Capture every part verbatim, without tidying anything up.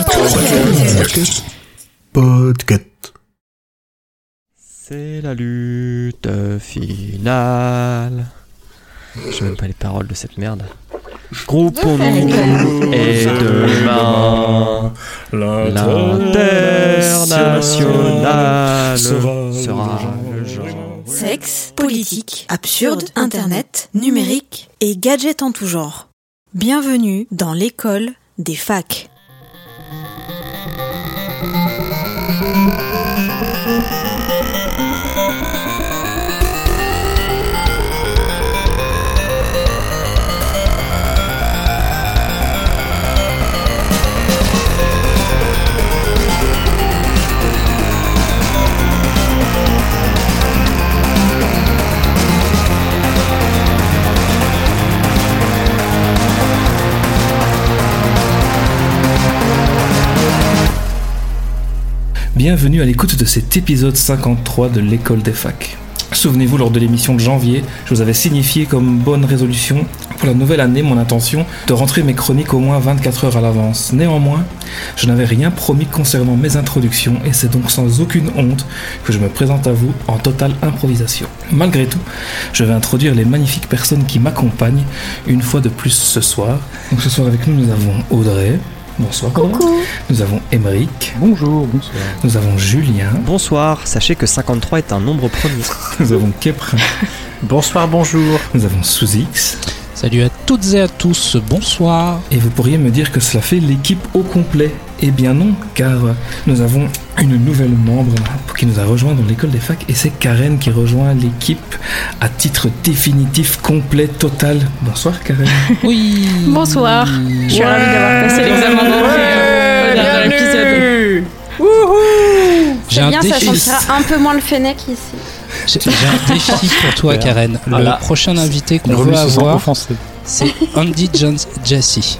Podcast. Podcast. C'est la lutte finale. Je sais même pas les paroles de cette merde. Groupons-nous et demain l'international sera le genre. Sexe, politique, absurde, internet, numérique et gadgets en tout genre. Bienvenue dans l'école des facs. Bienvenue à l'écoute de cet épisode cinquante-trois de l'école des facs. Souvenez-vous, lors de l'émission de janvier, je vous avais signifié comme bonne résolution pour la nouvelle année mon intention de rentrer mes chroniques au moins vingt-quatre heures à l'avance. Néanmoins, je n'avais rien promis concernant mes introductions et c'est donc sans aucune honte que je me présente à vous en totale improvisation. Malgré tout, je vais introduire les magnifiques personnes qui m'accompagnent une fois de plus ce soir. Donc ce soir avec nous, nous avons Audrey. Bonsoir. Coucou. Nous avons Émeric. Bonjour, bonsoir. Nous avons Julien. Bonsoir, sachez que cinquante-trois est un nombre premier. Nous avons Kepra. Bonsoir, bonjour. Nous avons Sous-X. Salut à toutes et à tous, bonsoir. Et vous pourriez me dire que cela fait l'équipe au complet. Eh bien non, car nous avons une nouvelle membre qui nous a rejoint dans l'école des facs et c'est Karen qui rejoint l'équipe à titre définitif, complet, total. Bonsoir Karen. Oui. Bonsoir. Je suis Ouais. ravie d'avoir passé l'examen d'entrée dans l'épisode. J'ai un C'est bien, ça défi. sentira un peu moins le fennec ici. J'ai j'ai un défi pour toi, Karen. Le Voilà. prochain invité qu'on Le veut revenu se sent avoir, offensé. c'est Andy Jones Jassy.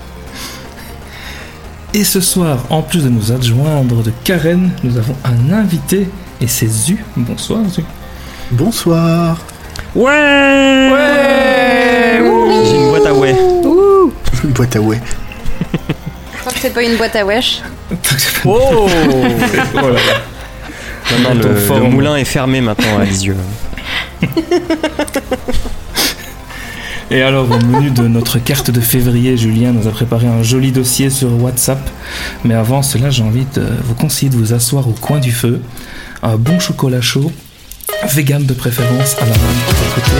Et ce soir, en plus de nous adjoindre de Karen, nous avons un invité et c'est Zu. Bonsoir Zu. Bonsoir. Ouais Ouais J'ai une boîte à ouais. Une boîte à ouais. Je crois que c'est pas une boîte à wesh. Oh Oh là là. Non, non, Ton le, fort. le moulin est fermé maintenant à Lisieux. Et alors, au menu de notre carte de février, Julien nous a préparé un joli dossier sur WhatsApp. Mais avant cela, j'ai envie de vous conseiller de vous asseoir au coin du feu. Un bon chocolat chaud, vegan de préférence, à la main à côté.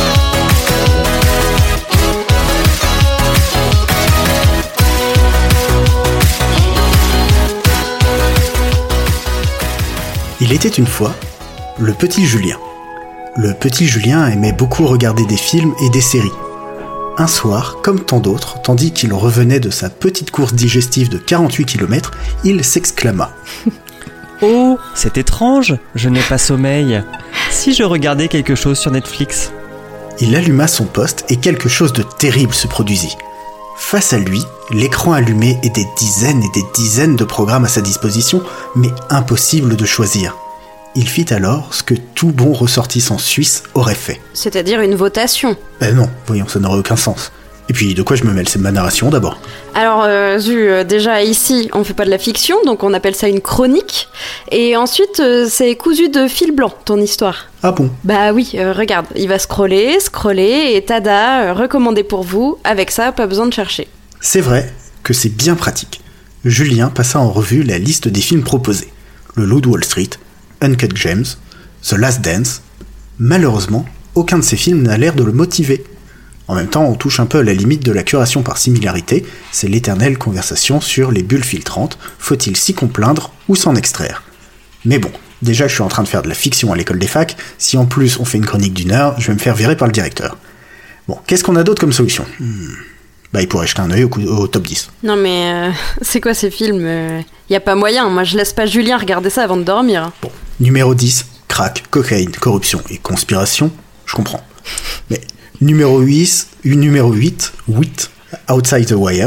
Il était une fois le petit Julien. Le petit Julien aimait beaucoup regarder des films et des séries. Un soir, comme tant d'autres, tandis qu'il revenait de sa petite course digestive de quarante-huit kilomètres, il s'exclama. Oh, c'est étrange, je n'ai pas sommeil. Si je regardais quelque chose sur Netflix. Il alluma son poste et quelque chose de terrible se produisit. Face à lui, l'écran allumé et des dizaines et des dizaines de programmes à sa disposition, mais impossible de choisir. Il fit alors ce que tout bon ressortissant suisse aurait fait. C'est-à-dire une votation. Ben non, voyons, ça n'aurait aucun sens. Et puis, de quoi je me mêle? C'est ma narration d'abord. Alors, euh, Zu, euh, déjà ici, on fait pas de la fiction, donc on appelle ça une chronique. Et ensuite, euh, c'est cousu de fil blanc, ton histoire. Ah bon? Bah oui, euh, regarde, il va scroller, scroller, et tada, euh, recommandé pour vous. Avec ça, pas besoin de chercher. C'est vrai que c'est bien pratique. Julien passa en revue la liste des films proposés. Le Loup de Wall Street, Uncut Gems, The Last Dance. Malheureusement, aucun de ces films n'a l'air de le motiver. En même temps, on touche un peu à la limite de la curation par similarité, c'est l'éternelle conversation sur les bulles filtrantes, faut-il s'y complaindre ou s'en extraire? Mais bon, déjà je suis en train de faire de la fiction à l'école des facs, si en plus on fait une chronique d'une heure, je vais me faire virer par le directeur. Bon, qu'est-ce qu'on a d'autre comme solution? hmm. Bah il pourrait jeter un œil au, coup- au top dix. Non mais, euh, c'est quoi ces films euh, Y a pas moyen, moi je laisse pas Julien regarder ça avant de dormir. Bon, numéro dix, crack, cocaïne, corruption et conspiration, je comprends. Mais numéro huit, numéro huit, huit, Outside the Wire,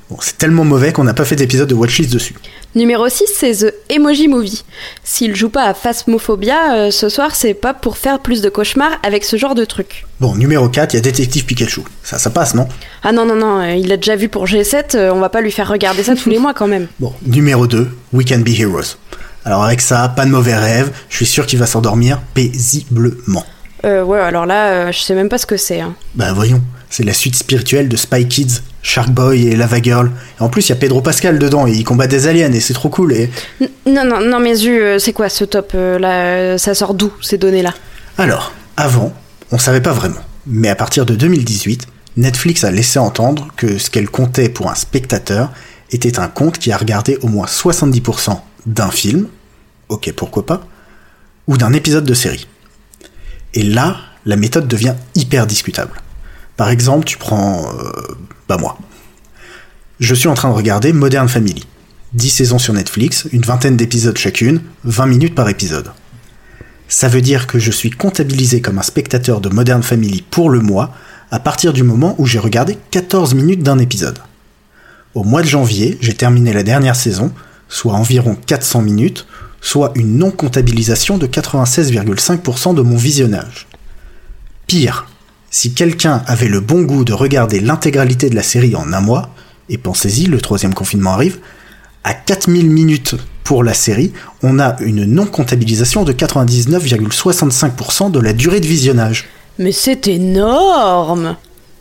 Bon, c'est tellement mauvais qu'on n'a pas fait d'épisode de Watchlist dessus. Numéro six, c'est The Emoji Movie. S'il joue pas à Phasmophobia, euh, ce soir, c'est pas pour faire plus de cauchemars avec ce genre de truc. Bon, numéro quatre, il y a Détective Pikachu. Ça, ça passe, non? Ah non, non, non, euh, il l'a déjà vu pour G sept, euh, on va pas lui faire regarder ça tous les mois quand même. Bon, numéro deux, We Can Be Heroes. Alors avec ça, pas de mauvais rêves, je suis sûr qu'il va s'endormir paisiblement. Euh, ouais, alors là, euh, je sais même pas ce que c'est. Hein. Bah voyons, c'est la suite spirituelle de Spy Kids, Shark Boy et Lava Girl. Et en plus, il y a Pedro Pascal dedans et il combat des aliens et c'est trop cool. Et... N- non, non, non, mais Zu, euh, c'est quoi ce top euh, là euh, Ça sort d'où ces données-là? Alors, avant, on savait pas vraiment. Mais à partir de deux mille dix-huit, Netflix a laissé entendre que ce qu'elle comptait pour un spectateur était un compte qui a regardé au moins soixante-dix pour cent d'un film, ok pourquoi pas, ou d'un épisode de série. Et là, la méthode devient hyper discutable. Par exemple, tu prends... Euh, bah moi. Je suis en train de regarder Modern Family. dix saisons sur Netflix, une vingtaine d'épisodes chacune, vingt minutes par épisode. Ça veut dire que je suis comptabilisé comme un spectateur de Modern Family pour le mois, à partir du moment où j'ai regardé quatorze minutes d'un épisode. Au mois de janvier, j'ai terminé la dernière saison, soit environ quatre cents minutes, soit une non-comptabilisation de quatre-vingt-seize virgule cinq pour cent de mon visionnage. Pire, si quelqu'un avait le bon goût de regarder l'intégralité de la série en un mois, et pensez-y, le troisième confinement arrive, à quatre mille minutes pour la série, on a une non-comptabilisation de quatre-vingt-dix-neuf virgule soixante-cinq pour cent de la durée de visionnage. Mais c'est énorme!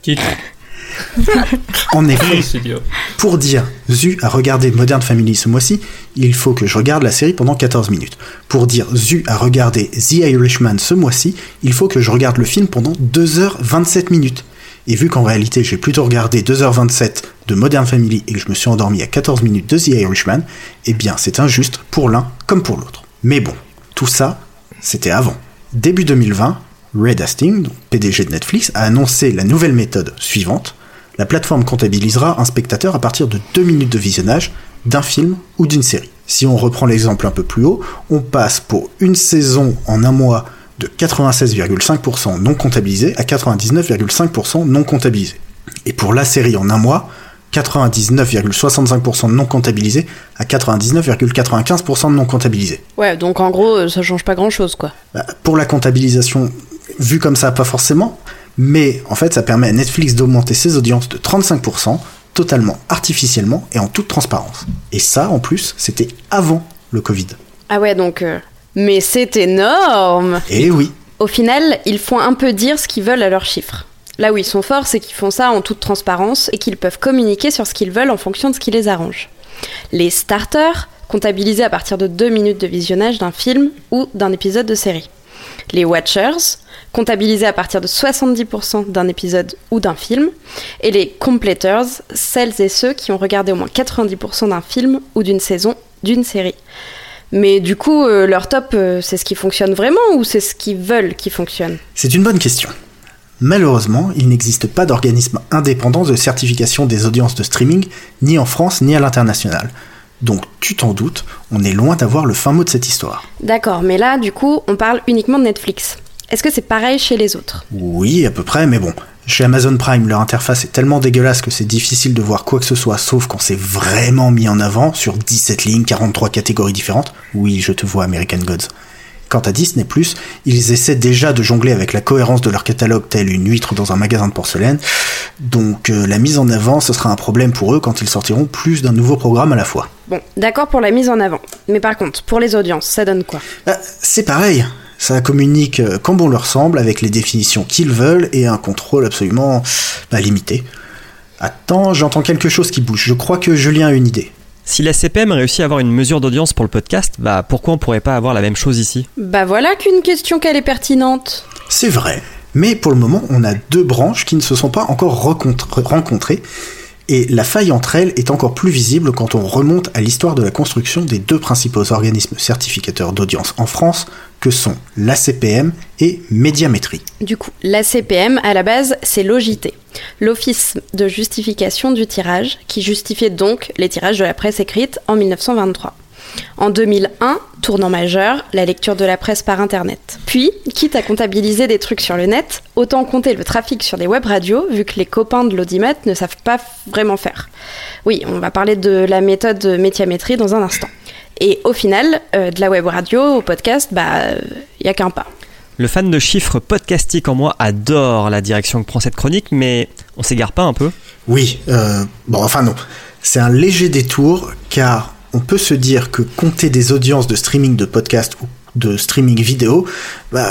En effet, pour dire Zu a regardé Modern Family ce mois-ci, il faut que je regarde la série pendant quatorze minutes. Pour dire Zu a regardé The Irishman ce mois-ci, il faut que je regarde le film pendant deux heures vingt-sept minutes. Et vu qu'en réalité j'ai plutôt regardé deux heures vingt-sept de Modern Family et que je me suis endormi à quatorze minutes de The Irishman, eh bien c'est injuste pour l'un comme pour l'autre. Mais bon, tout ça, c'était avant. Début deux mille vingt, Reed Hastings, P D G de Netflix, a annoncé la nouvelle méthode suivante. La plateforme comptabilisera un spectateur à partir de deux minutes de visionnage d'un film ou d'une série. Si on reprend l'exemple un peu plus haut, on passe pour une saison en un mois de quatre-vingt-seize virgule cinq pour cent non comptabilisé à quatre-vingt-dix-neuf virgule cinq pour cent non comptabilisé. Et pour la série en un mois, quatre-vingt-dix-neuf virgule soixante-cinq pour cent non comptabilisé à quatre-vingt-dix-neuf virgule quatre-vingt-quinze pour cent non comptabilisé. Ouais, donc en gros, ça change pas grand-chose, quoi. Bah, pour la comptabilisation, vu comme ça, pas forcément, mais en fait, ça permet à Netflix d'augmenter ses audiences de trente-cinq pour cent, totalement artificiellement et en toute transparence. Et ça, en plus, c'était avant le Covid. Ah ouais, donc... Euh... Mais c'est énorme! Eh oui! Au final, ils font un peu dire ce qu'ils veulent à leurs chiffres. Là où ils sont forts, c'est qu'ils font ça en toute transparence et qu'ils peuvent communiquer sur ce qu'ils veulent en fonction de ce qui les arrange. Les starters, comptabilisés à partir de deux minutes de visionnage d'un film ou d'un épisode de série. Les watchers, comptabilisés à partir de soixante-dix pour cent d'un épisode ou d'un film. Et les completers, celles et ceux qui ont regardé au moins quatre-vingt-dix pour cent d'un film ou d'une saison d'une série. Mais du coup, euh, leur top, euh, c'est ce qui fonctionne vraiment ou c'est ce qu'ils veulent qui fonctionne? C'est une bonne question. Malheureusement, il n'existe pas d'organisme indépendant de certification des audiences de streaming, ni en France ni à l'international. Donc, tu t'en doutes, on est loin d'avoir le fin mot de cette histoire. D'accord, mais là, du coup, on parle uniquement de Netflix. Est-ce que c'est pareil chez les autres? Oui, à peu près, mais bon. Chez Amazon Prime, leur interface est tellement dégueulasse que c'est difficile de voir quoi que ce soit, sauf quand c'est vraiment mis en avant, sur dix-sept lignes, quarante-trois catégories différentes. Oui, je te vois, American Gods. Quant à Disney plus, ils essaient déjà de jongler avec la cohérence de leur catalogue tel une huître dans un magasin de porcelaine, donc euh, la mise en avant, ce sera un problème pour eux quand ils sortiront plus d'un nouveau programme à la fois. Bon, d'accord pour la mise en avant, mais par contre, pour les audiences, ça donne quoi? Bah, c'est pareil. Ça communique comme bon leur semble, avec les définitions qu'ils veulent et un contrôle absolument bah, limité. Attends, j'entends quelque chose qui bouge. Je crois que Julien a une idée. Si la C P M réussit à avoir une mesure d'audience pour le podcast, bah pourquoi on pourrait pas avoir la même chose ici? Bah voilà qu'une question qu'elle est pertinente. C'est vrai, mais pour le moment, on a deux branches qui ne se sont pas encore rencontrées, et la faille entre elles est encore plus visible quand on remonte à l'histoire de la construction des deux principaux organismes certificateurs d'audience en France, que sont l'A C P M et Médiamétrie. Du coup, l'A C P M, à la base, c'est l'O J T, l'Office de justification du tirage, qui justifiait donc les tirages de la presse écrite en mille neuf cent vingt-trois. En deux mille un, tournant majeur, la lecture de la presse par Internet. Puis, quitte à comptabiliser des trucs sur le net, autant compter le trafic sur des web radios, vu que les copains de l'audimat ne savent pas vraiment faire. Oui, on va parler de la méthode médiamétrie dans un instant. Et au final, euh, de la web radio au podcast, bah, il euh, n'y a qu'un pas. Le fan de chiffres podcastiques en moi adore la direction que prend cette chronique, mais on s'égare pas un peu ? Oui, euh, bon, enfin non. C'est un léger détour, car on peut se dire que compter des audiences de streaming de podcast ou de streaming vidéo, bah,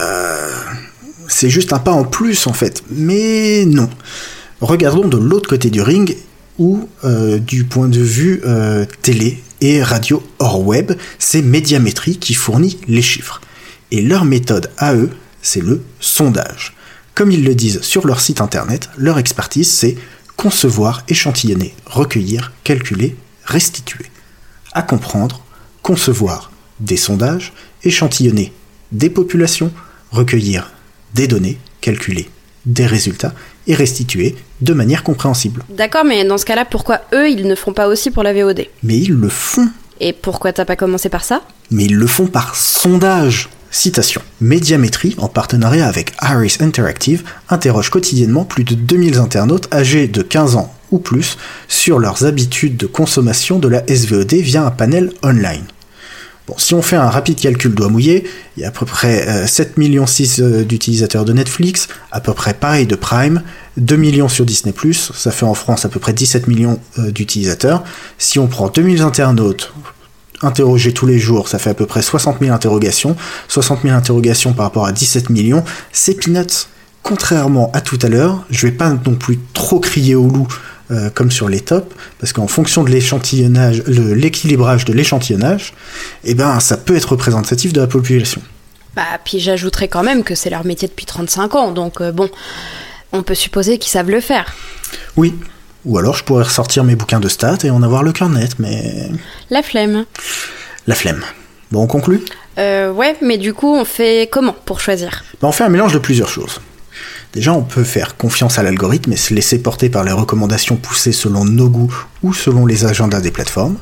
c'est juste un pas en plus en fait. Mais non. Regardons de l'autre côté du ring, ou euh, du point de vue euh, télé et radio hors web, c'est Médiamétrie qui fournit les chiffres. Et leur méthode à eux, c'est le sondage. Comme ils le disent sur leur site internet, leur expertise, c'est concevoir, échantillonner, recueillir, calculer, restituer. À comprendre, concevoir des sondages, échantillonner des populations, recueillir des données, calculer des résultats et restituer de manière compréhensible. D'accord, mais dans ce cas-là, pourquoi eux, ils ne font pas aussi pour la V O D ? Mais ils le font. Et pourquoi t'as pas commencé par ça ? Mais ils le font par sondage. Citation. Médiamétrie, en partenariat avec Harris Interactive, interroge quotidiennement plus de deux mille internautes âgés de quinze ans ou plus sur leurs habitudes de consommation de la S V O D via un panel online. Bon, si on fait un rapide calcul doigt mouillé, il y a à peu près euh, sept virgule six millions euh, d'utilisateurs de Netflix, à peu près pareil de Prime, deux millions sur Disney plus, ça fait en France à peu près dix-sept millions euh, d'utilisateurs. Si on prend deux mille internautes interrogés tous les jours, ça fait à peu près soixante mille interrogations. soixante mille interrogations par rapport à dix-sept millions, c'est peanuts. Contrairement à tout à l'heure, je vais pas non plus trop crier au loup euh, comme sur les tops, parce qu'en fonction de l'échantillonnage, le, l'équilibrage de l'échantillonnage, eh ben, ça peut être représentatif de la population. Bah, puis j'ajouterais quand même que c'est leur métier depuis trente-cinq ans, donc euh, bon, on peut supposer qu'ils savent le faire. Oui. Ou alors je pourrais ressortir mes bouquins de stats et en avoir le cœur net, mais... La flemme. La flemme. Bon, on conclut ? Euh, ouais, mais du coup, on fait comment pour choisir ? Ben, on fait un mélange de plusieurs choses. Déjà, on peut faire confiance à l'algorithme et se laisser porter par les recommandations poussées selon nos goûts ou selon les agendas des plateformes.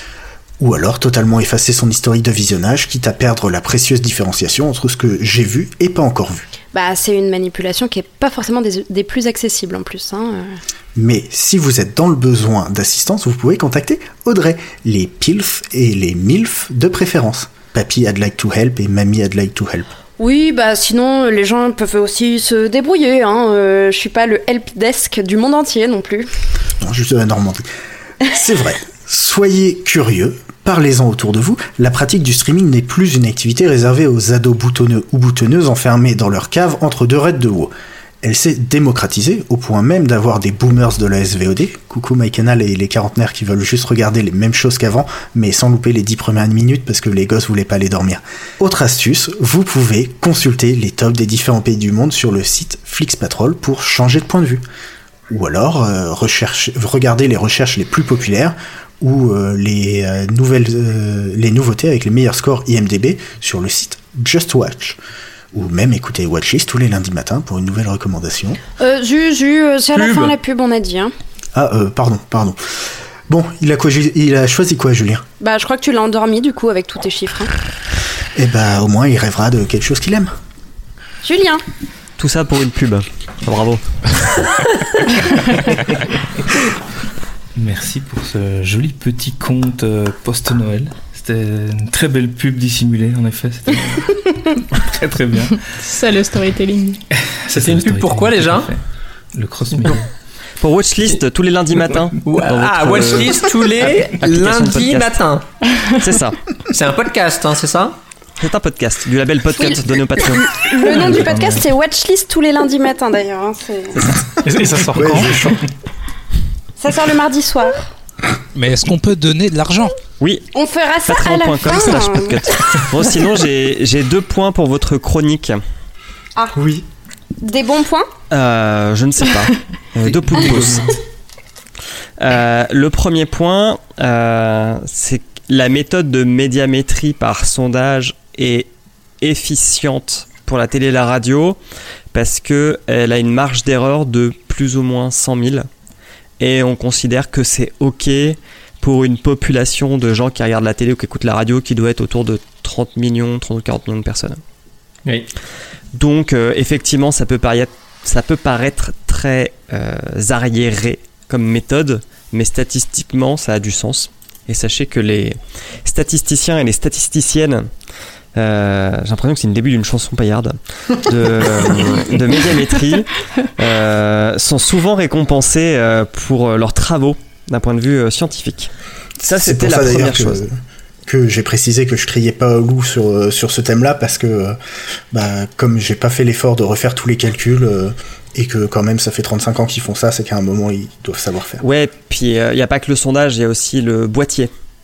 Ou alors totalement effacer son historique de visionnage, quitte à perdre la précieuse différenciation entre ce que j'ai vu et pas encore vu. Bah, c'est une manipulation qui est pas forcément des, des plus accessibles en plus, hein. Mais si vous êtes dans le besoin d'assistance, vous pouvez contacter Audrey, les P I L F et les M I L F de préférence. Papy I'd like to help et Mamie I'd like to help. Oui, bah sinon les gens peuvent aussi se débrouiller, hein. Euh, je suis pas le help desk du monde entier non plus. Non, juste de la Normandie. C'est vrai. Soyez curieux, parlez-en autour de vous. La pratique du streaming n'est plus une activité réservée aux ados boutonneux ou boutonneuses enfermés dans leur cave entre deux raids de WoW. Elle s'est démocratisée au point même d'avoir des boomers de la S V O D, coucou MyCanal et les quarantenaires qui veulent juste regarder les mêmes choses qu'avant, mais sans louper les dix premières minutes parce que les gosses voulaient pas aller dormir. Autre astuce, vous pouvez consulter les tops des différents pays du monde sur le site Flixpatrol pour changer de point de vue. Ou alors, euh, recherche, regardez les recherches les plus populaires ou euh, les, euh, nouvelles, euh, les nouveautés avec les meilleurs scores I M D B sur le site Just Watch. Ou même écouter Watchlist tous les lundis matins pour une nouvelle recommandation. Euh, Zu, Zu, euh, c'est à la Pub. fin la pub, on a dit, hein. Ah, euh, pardon, pardon. Bon, il a, quoi, il a choisi quoi, Julien ? Bah, je crois que tu l'as endormi, du coup, avec tous tes chiffres, hein. Eh bah, au moins, il rêvera de quelque chose qu'il aime. Julien. Tout ça pour une pub. Bravo. Merci pour ce joli petit conte euh, post-Noël. C'était une très belle pub dissimulée, en effet. C'était très très bien. Ça, le storytelling. C'était une pub pour quoi, déjà ? Le cross-media. Pour Watchlist tous les lundis matins. Ouais, dans ah, votre, Watchlist tous les application de lundis podcast. matin. C'est ça. C'est un podcast, hein, c'est ça ? C'est un podcast, du label podcast donné au Patreon. Le nom du podcast, c'est Watchlist tous les lundis matins, d'ailleurs, hein. C'est... Et ça sort Ouais, quand je- Ça sort le mardi soir. Mais est-ce qu'on peut donner de l'argent ? Oui, On fera ça à la patreon point com fin. slash podcast. Bon, sinon, j'ai, j'ai deux points pour votre chronique. Oui. Des bons points ? Euh, je ne sais pas. Euh, deux poules grosses. Euh, le premier point, euh, c'est que la méthode de médiamétrie par sondage est efficiente pour la télé et la radio parce qu'elle a une marge d'erreur de plus ou moins cent mille. Et on considère que c'est OK pour une population de gens qui regardent la télé ou qui écoutent la radio qui doit être autour de trente millions, trente ou quarante millions de personnes. Oui. Donc euh, effectivement, ça peut paraître, ça peut paraître très euh, arriéré comme méthode, mais statistiquement, ça a du sens. Et sachez que les statisticiens et les statisticiennes, euh, j'ai l'impression que c'est le début d'une chanson paillarde, de, de médiamétrie, euh, sont souvent récompensés euh, pour leurs travaux d'un point de vue euh, scientifique. Ça, C'est c'était pour la ça, première d'ailleurs, chose. Que, que j'ai précisé que je criais pas au loup sur, sur ce thème-là, parce que euh, bah, comme j'ai pas fait l'effort de refaire tous les calculs, euh, et que quand même ça fait trente-cinq ans qu'ils font ça, c'est qu'à un moment ils doivent savoir faire. Ouais, puis il euh, n'y a pas que le sondage, il y a aussi le boîtier.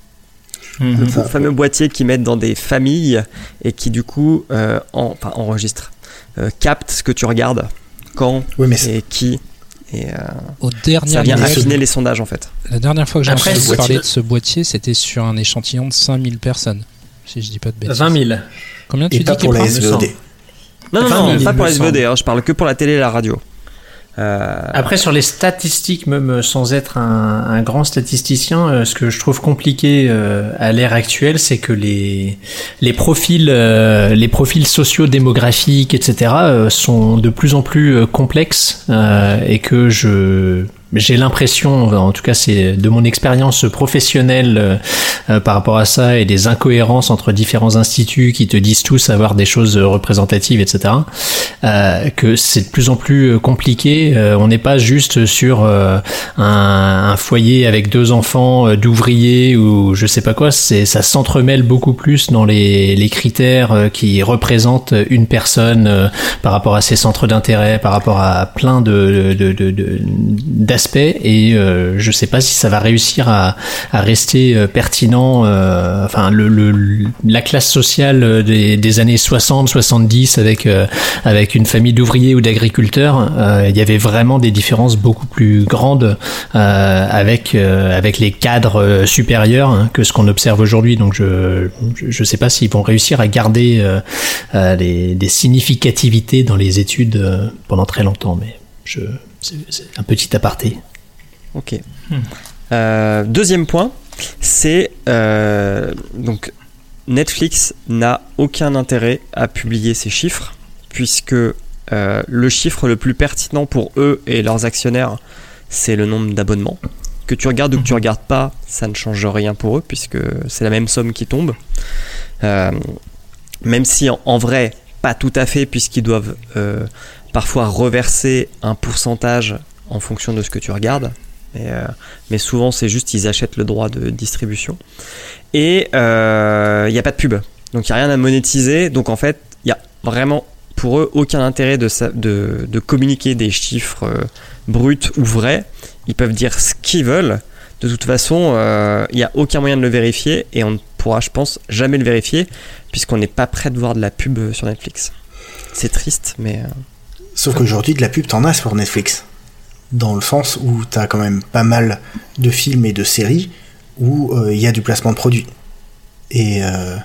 Mhm. Le Ça, fameux boîtier qu'ils mettent dans des familles et qui du coup euh, en, enfin, enregistre, euh, capte ce que tu regardes, quand Oui, mais c'est- et qui. Et euh, Au dernier ça vient Noël, affiner les sondages en fait. la dernière fois que j'ai Après, entendu ce parler boîtier- de ce boîtier, c'était sur un échantillon de cinq mille personnes. Si je dis pas de bêtises. vingt mille. Combien tu et dis pas pour la Képa S V O D. Non, non, vingt non, mille, pas il pour me la S V O D, semble. hein, je parle que pour la télé et la radio. Euh, Après, sur les statistiques, même sans être un, un grand statisticien, euh, ce que je trouve compliqué euh, à l'ère actuelle, c'est que les les profils euh, les profils socio-démographiques, et cetera, euh, sont de plus en plus euh, complexes euh, et que je j'ai l'impression, en tout cas c'est de mon expérience professionnelle euh, euh, par rapport à ça et des incohérences entre différents instituts qui te disent tous avoir des choses représentatives, et cetera, euh, que c'est de plus en plus compliqué. Euh, on n'est pas juste sur euh, un, un foyer avec deux enfants euh, d'ouvriers ou je sais pas quoi, c'est, ça s'entremêle beaucoup plus dans les, les critères euh, qui représentent une personne euh, par rapport à ses centres d'intérêt, par rapport à plein de, de, de, de, d'aspects et euh, je sais pas si ça va réussir à, à rester euh, pertinent. Euh, enfin, le, le, la classe sociale des, des années soixante soixante-dix avec, euh, avec une famille d'ouvriers ou d'agriculteurs, euh, il y avait vraiment des différences beaucoup plus grandes euh, avec, euh, avec les cadres euh, supérieurs hein, que ce qu'on observe aujourd'hui. Donc je je sais pas s'ils vont réussir à garder euh, euh, les, des significativités dans les études euh, pendant très longtemps, mais je, c'est, c'est un petit aparté. Ok. Euh, deuxième point, c'est euh, donc Netflix n'a aucun intérêt à publier ces chiffres puisque euh, le chiffre le plus pertinent pour eux et leurs actionnaires, c'est le nombre d'abonnements. Que tu regardes ou que tu regardes pas, ça ne change rien pour eux puisque c'est la même somme qui tombe. Euh, même si en, en vrai, pas tout à fait puisqu'ils doivent euh, parfois reverser un pourcentage en fonction de ce que tu regardes. Mais, euh, mais souvent, c'est juste ils achètent le droit de distribution. Et il euh, n'y a pas de pub. Donc, il n'y a rien à monétiser. Donc, en fait, il n'y a vraiment pour eux aucun intérêt de, de, de communiquer des chiffres euh, bruts ou vrais. Ils peuvent dire ce qu'ils veulent. De toute façon, il euh, n'y a aucun moyen de le vérifier. Et on ne pourra, je pense, jamais le vérifier puisqu'on n'est pas prêt de voir de la pub sur Netflix. C'est triste, mais... Euh... Sauf qu'aujourd'hui, de la pub, t'en as sur Netflix. Dans le sens où t'as quand même pas mal de films et de séries où il euh, y a du placement de produits. Et, euh,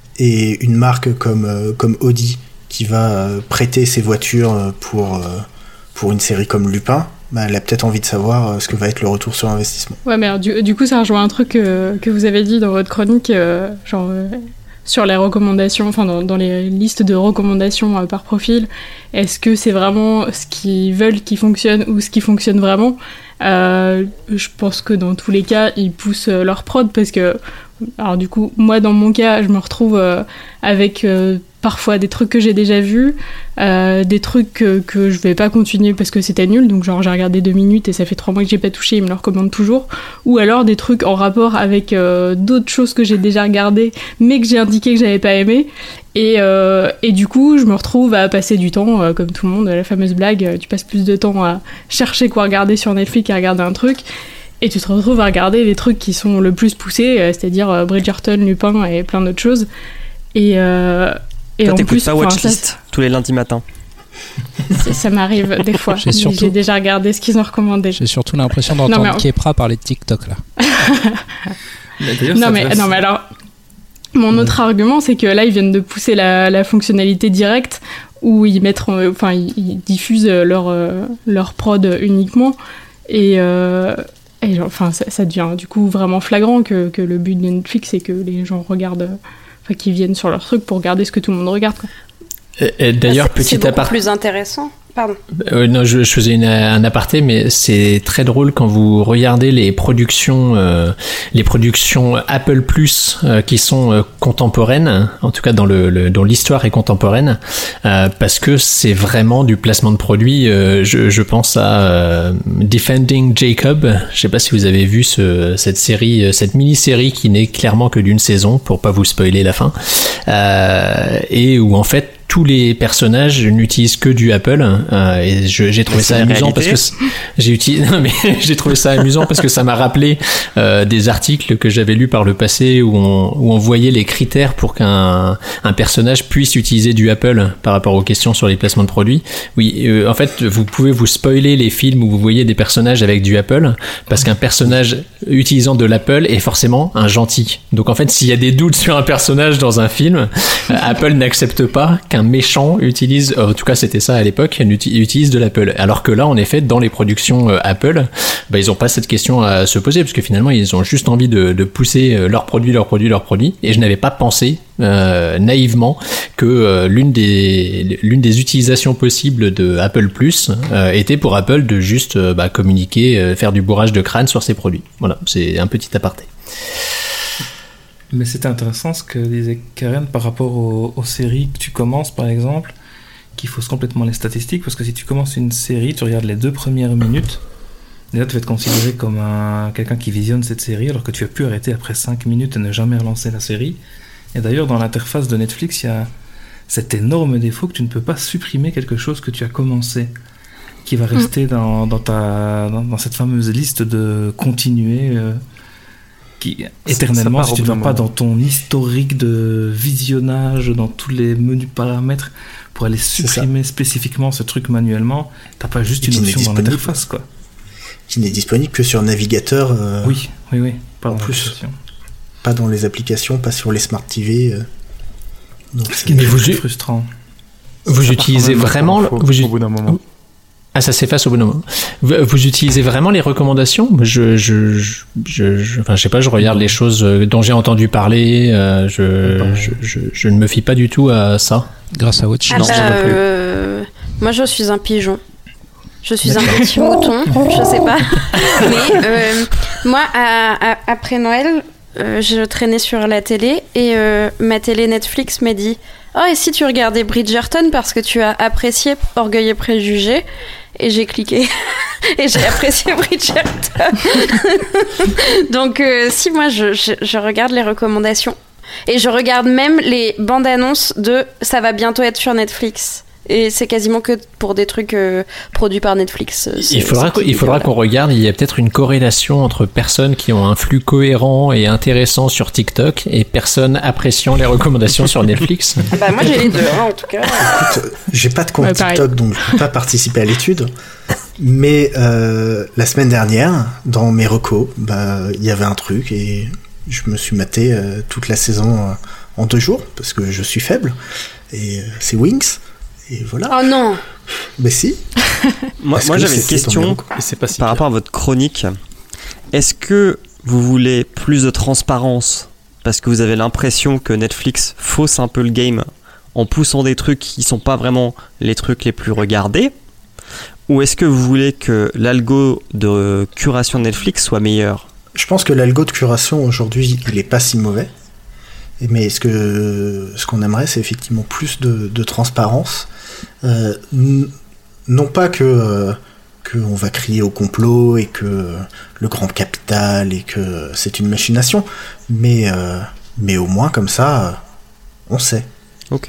et une marque comme, euh, comme Audi qui va euh, prêter ses voitures pour, euh, pour une série comme Lupin, bah, elle a peut-être envie de savoir euh, ce que va être le retour sur investissement. Ouais, mais alors, du, du coup, ça rejoint un truc euh, que vous avez dit dans votre chronique, euh, genre... Euh... sur les recommandations, enfin dans, dans les listes de recommandations euh, par profil, est-ce que c'est vraiment ce qu'ils veulent qui fonctionne ou ce qui fonctionne vraiment ? euh, Je pense que dans tous les cas, ils poussent euh, leur prod parce que, alors du coup, moi dans mon cas, je me retrouve euh, avec euh, parfois des trucs que j'ai déjà vus, euh, des trucs que, que je vais pas continuer parce que c'était nul, donc genre j'ai regardé deux minutes et ça fait trois mois que j'ai pas touché, ils me le recommandent toujours, ou alors des trucs en rapport avec euh, d'autres choses que j'ai déjà regardées mais que j'ai indiqué que j'avais pas aimé, et, euh, et du coup je me retrouve à passer du temps, euh, comme tout le monde, la fameuse blague, euh, tu passes plus de temps à chercher quoi regarder sur Netflix qu'à regarder un truc, et tu te retrouves à regarder les trucs qui sont le plus poussés, euh, c'est-à-dire euh, Bridgerton, Lupin et plein d'autres choses, et... Euh, Et Toi, en t'écoutes plus, pas Watchlist ça, tous les lundis matins. Ça, ça m'arrive des fois. J'ai, surtout... j'ai déjà regardé ce qu'ils ont recommandé. J'ai surtout l'impression d'entendre non, mais... Kepra parler de TikTok là. non, mais, non mais alors, mon autre mmh. argument, c'est que là, ils viennent de pousser la, la fonctionnalité directe où ils mettent, enfin, ils, ils diffusent leur, euh, leur prod uniquement. Et, euh, Et genre, enfin, ça, ça devient du coup vraiment flagrant que, que le but de Netflix, c'est que les gens regardent, enfin, qu'ils viennent sur leur truc pour regarder ce que tout le monde regarde, quoi. Et, et d'ailleurs, c'est, petit c'est aparté. plus intéressant. Pardon. Euh, non, je, je faisais une, un aparté, mais c'est très drôle quand vous regardez les productions, euh, les productions Apple Plus euh, qui sont euh, contemporaines, en tout cas dans le, le dans l'histoire est contemporaine, euh, parce que c'est vraiment du placement de produits. Euh, je, je pense à euh, Defending Jacob. Je sais pas si vous avez vu ce, cette série, cette mini-série qui n'est clairement que d'une saison, pour pas vous spoiler la fin, euh, et où en fait tous les personnages n'utilisent que du Apple, euh, et je, j'ai trouvé ça amusant parce que j'ai utilisé, non, mais j'ai trouvé ça amusant parce que ça m'a rappelé euh, des articles que j'avais lus par le passé où on, où on voyait les critères pour qu'un un personnage puisse utiliser du Apple par rapport aux questions sur les placements de produits. Oui, euh, en fait, vous pouvez vous spoiler les films où vous voyez des personnages avec du Apple parce qu'un personnage utilisant de l'Apple est forcément un gentil. Donc en fait, s'il y a des doutes sur un personnage dans un film, euh, Apple n'accepte pas qu'un méchant utilise, en tout cas c'était ça à l'époque, utilise de l'Apple. Alors que là, en effet, dans les productions euh, Apple, bah, ils n'ont pas cette question à se poser parce que finalement, ils ont juste envie de, de pousser euh, leurs produits, leurs produits, leurs produits. Et je n'avais pas pensé euh, naïvement que euh, l'une des l'une des utilisations possibles de Apple Plus euh, était pour Apple de juste euh, bah, communiquer, euh, faire du bourrage de crâne sur ses produits. Voilà, c'est un petit aparté. Mais c'était intéressant ce que disait Karen par rapport aux, aux séries que tu commences, par exemple, qui faussent complètement les statistiques, parce que si tu commences une série, tu regardes les deux premières minutes, déjà tu vas être considéré comme un, quelqu'un qui visionne cette série, alors que tu as pu arrêter après cinq minutes et ne jamais relancer la série. Et d'ailleurs, dans l'interface de Netflix, il y a cet énorme défaut que tu ne peux pas supprimer quelque chose que tu as commencé, qui va rester mmh. dans, dans, ta, dans, dans cette fameuse liste de continuer... Euh, qui, éternellement, si tu ne vas pas dans ton historique de visionnage, dans tous les menus paramètres, pour aller supprimer spécifiquement ce truc manuellement, t'as pas juste une option dans l'interface, quoi. Qui n'est disponible que sur navigateur. Euh, oui, oui, oui. Pas en plus. Pas dans les applications, pas sur les Smart T V. Euh. Donc, ce qui est vous frustrant. Vous utilisez vraiment le... vous... au bout d'un moment. Ah, ça s'efface au bout d'un moment. Vous, vous utilisez vraiment les recommandations ? Je, je, je, je, je, enfin, je sais pas, je regarde les choses dont j'ai entendu parler. Euh, je, je, je, je ne me fie pas du tout à ça. Grâce à Watch. Ah Non, bah, euh, moi, je suis un pigeon. Je suis D'accord. un petit mouton. Je sais pas. Mais euh, moi, à, à, après Noël, euh, je traînais sur la télé et euh, ma télé Netflix m'a dit « Oh, et si tu regardais Bridgerton parce que tu as apprécié Orgueil et Préjugés ?» Et j'ai cliqué et j'ai apprécié Bridgerton. Donc euh, si moi je, je, je regarde les recommandations et je regarde même les bandes annonces de ça va bientôt être sur Netflix. Et c'est quasiment que pour des trucs euh, produits par Netflix. C'est, il faudra, il faudra qu'on regarde, il y a peut-être une corrélation entre personnes qui ont un flux cohérent et intéressant sur TikTok et personnes appréciant les recommandations sur Netflix. Ah bah moi j'ai les deux, hein, en tout cas. Écoute, j'ai pas de compte ouais, TikTok, donc je peux pas participer à l'étude. Mais euh, la semaine dernière, dans mes recos, bah, il y avait un truc et je me suis maté euh, toute la saison euh, en deux jours parce que je suis faible. Et euh, c'est Wings. Et voilà. Oh non. Mais si. moi, moi j'avais une question si par clair. rapport à votre chronique. Est-ce que vous voulez plus de transparence parce que vous avez l'impression que Netflix fausse un peu le game en poussant des trucs qui sont pas vraiment les trucs les plus regardés, ou est-ce que vous voulez que l'algo de curation de Netflix soit meilleur ? Je pense que l'algo de curation aujourd'hui, il est pas si mauvais. Mais ce que ce qu'on aimerait, c'est effectivement plus de, de transparence. Euh, n- non pas que euh, qu'on va crier au complot et que euh, le grand capital et que c'est une machination, mais euh, mais au moins comme ça, euh, on sait. Ok.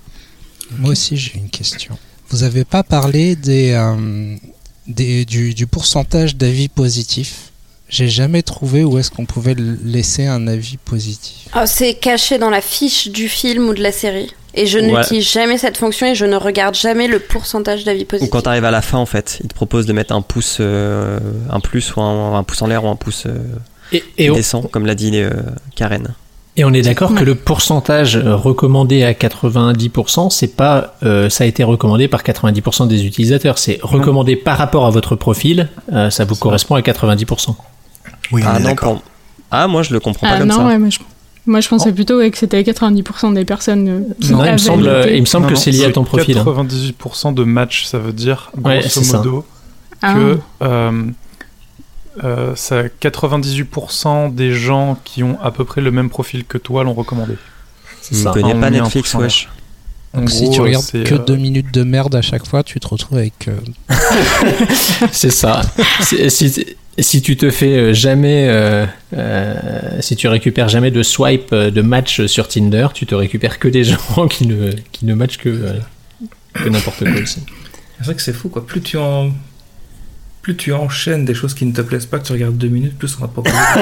Moi aussi, j'ai une question. Vous avez pas parlé des, euh, des du, du pourcentage d'avis positifs. J'ai jamais trouvé où est-ce qu'on pouvait laisser un avis positif. Oh, c'est caché dans la fiche du film ou de la série. Et je ouais. n'utilise jamais cette fonction et je ne regarde jamais le pourcentage d'avis positifs. Ou quand tu arrives à la fin, en fait, il te propose de mettre un pouce, euh, un plus ou un, un pouce en l'air ou un pouce euh, et, et descend, on... comme l'a dit euh, Karen. Et on est d'accord que le pourcentage recommandé à quatre-vingt-dix pour cent, c'est pas, euh, ça a été recommandé par quatre-vingt-dix pour cent des utilisateurs. C'est recommandé par rapport à votre profil, euh, ça vous correspond à quatre-vingt-dix pour cent. Oui, on ah est non, d'accord. pour- ah moi je le comprends pas Ah comme non, ça. ouais, moi je, moi, je pensais Oh. plutôt ouais, que c'était quatre-vingt-dix pour cent des personnes euh, qui Non, il me avaient semble, noté. il me semble Non, que non, c'est lié à ton profil. hein. quatre-vingt-dix-huit pour cent de matchs, ça veut dire, Ouais, grosso c'est ça. modo, Ah. que euh, euh, ça, quatre-vingt-dix-huit pour cent des gens qui ont à peu près le même profil que toi l'ont recommandé. C'est Je ça. ne connais On pas met un Netflix, pourcentage. wesh. En Donc si gros, tu regardes c'est, que euh, deux minutes de merde à chaque fois, tu te retrouves avec. euh, C'est ça. si, si, si tu te fais euh, jamais, euh, euh, si tu récupères jamais de swipe euh, de match sur Tinder, tu te récupères que des gens qui ne, qui ne matchent que, euh, que n'importe quoi aussi. C'est vrai que c'est fou, quoi. Plus tu en... Plus tu enchaînes des choses qui ne te plaisent pas, que tu regardes deux minutes, plus on va pas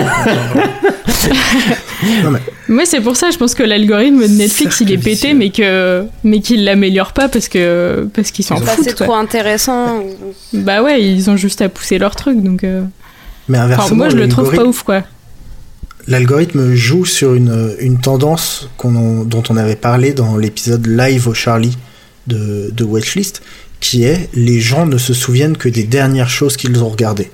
Moi, c'est pour ça, je pense que l'algorithme de Netflix, il est Cercle pété, vicieux. mais que mais qu'il l'améliore pas parce que parce qu'ils s'en Bah, foutent. c'est quoi. trop intéressant. Bah ouais, ils ont juste à pousser leur truc, donc. euh, Mais Enfin, inversement, moi, je le trouve pas l'algorithme- ouf, quoi. l'algorithme joue sur une, une tendance qu'on, dont on avait parlé dans l'épisode live au Charlie de, de Watchlist, qui est les gens ne se souviennent que des dernières choses qu'ils ont regardées.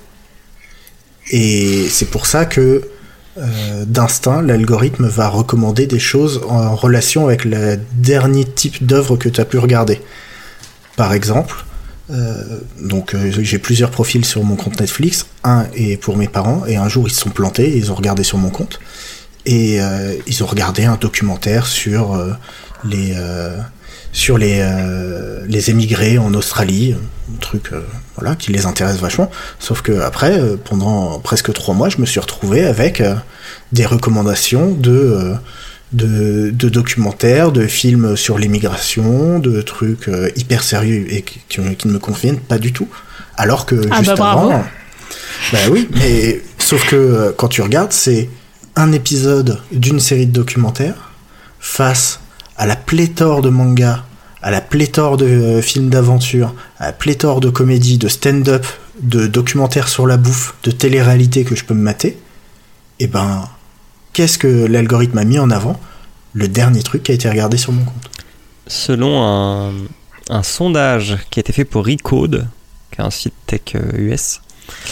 Et c'est pour ça que euh, d'instinct, l'algorithme va recommander des choses en relation avec le dernier type d'œuvre que tu as pu regarder. Par exemple, euh, donc euh, j'ai plusieurs profils sur mon compte Netflix. Un est pour mes parents, et un jour ils se sont plantés, ils ont regardé sur mon compte, et euh, ils ont regardé un documentaire sur euh, les euh, sur les euh, les émigrés en Australie, un truc euh, voilà qui les intéresse vachement. Sauf que après, euh, pendant presque trois mois, je me suis retrouvé avec euh, des recommandations de euh, de, de documentaires, de films sur l'émigration, de trucs euh, hyper sérieux et qui, qui, qui ne me conviennent pas du tout. Alors que Ah juste bah bravo. avant, bah oui, mais sauf que euh, quand tu regardes, c'est un épisode d'une série de documentaires face à la pléthore de mangas, à la pléthore de euh, films d'aventure, à la pléthore de comédies, de stand-up, de documentaires sur la bouffe, de télé-réalité que je peux me mater. Et ben, qu'est-ce que l'algorithme a mis en avant ? Le dernier truc qui a été regardé sur mon compte. Selon un, un sondage qui a été fait pour Recode, qui est un site tech euh, U S,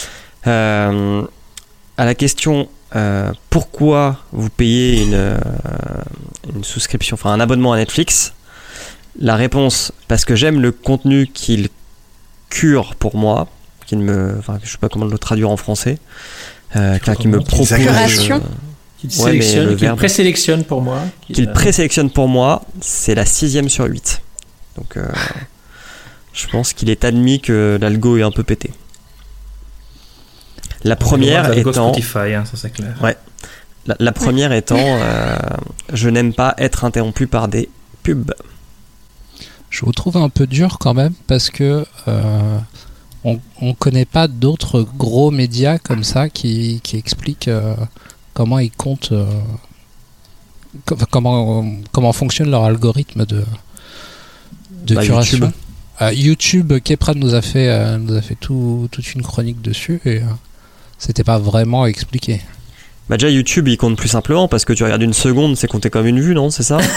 euh, à la question euh, pourquoi vous payez une, euh, une souscription, enfin un abonnement à Netflix, la réponse, parce que j'aime le contenu qu'il cure pour moi, qu'il me, enfin je sais pas comment le traduire en français, euh, qu'il me propose, Curation. euh, Qu'il Ouais, mais sélectionne, le qu'il verbe- présélectionne pour moi. qu'il euh, présélectionne pour moi, c'est la sixième sur huit. Donc, euh, je pense qu'il est admis que l'algo est un peu pété. La première L'algo étant, Spotify, hein, ça c'est clair. Ouais. la, la première étant, euh, je n'aime pas être interrompu par des pubs. Je vous trouve un peu dur quand même parce que euh, on, on connaît pas d'autres gros médias comme ça qui, qui expliquent euh, comment ils comptent, euh, co- comment comment fonctionne leur algorithme de de Bah, curation. YouTube. Euh, YouTube, Kepra nous a fait euh, nous a fait tout, toute une chronique dessus et euh, c'était pas vraiment expliqué. Bah déjà YouTube il compte plus simplement parce que tu regardes une seconde, c'est compté comme une vue, non? C'est ça?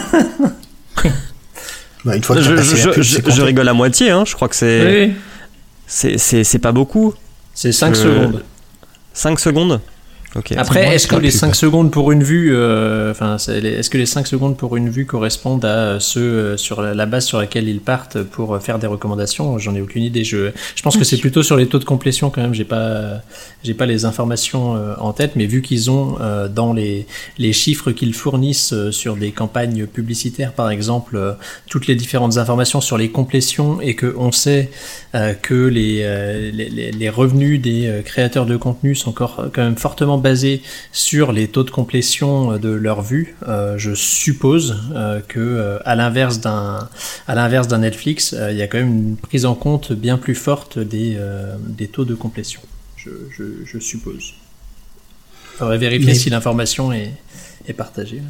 Bah, une fois que je, t'as passé je- la pub, je- c'est je compté. rigole à moitié, hein. Je crois que c'est Oui, c'est c'est c'est pas beaucoup. c'est cinq Euh, secondes. cinq secondes. Ok. Après, moins est-ce que que la les pub. cinq secondes pour une vue, euh, enfin, c'est les- est-ce que les cinq secondes pour une vue correspondent à euh, ceux euh, sur la, la base sur laquelle ils partent pour euh, faire des recommandations? J'en ai aucune idée. Je, je pense que c'est plutôt sur les taux de complétion quand même. J'ai pas, j'ai pas les informations euh, en tête, mais vu qu'ils ont euh, dans les les chiffres qu'ils fournissent euh, sur des campagnes publicitaires, par exemple, euh, toutes les différentes informations sur les complétions et que on sait euh, que les, euh, les les les revenus des euh, créateurs de contenu sont encore quand même fortement basés sur les taux de complétion de leur vue, euh, je suppose euh, que euh, à l'inverse d'un à l'inverse d'un Netflix, euh, il y a quand même une prise en compte bien plus forte des euh, des taux de complétion. Je, je, je suppose. Faudrait vérifier Mais- si l'information est est partagée.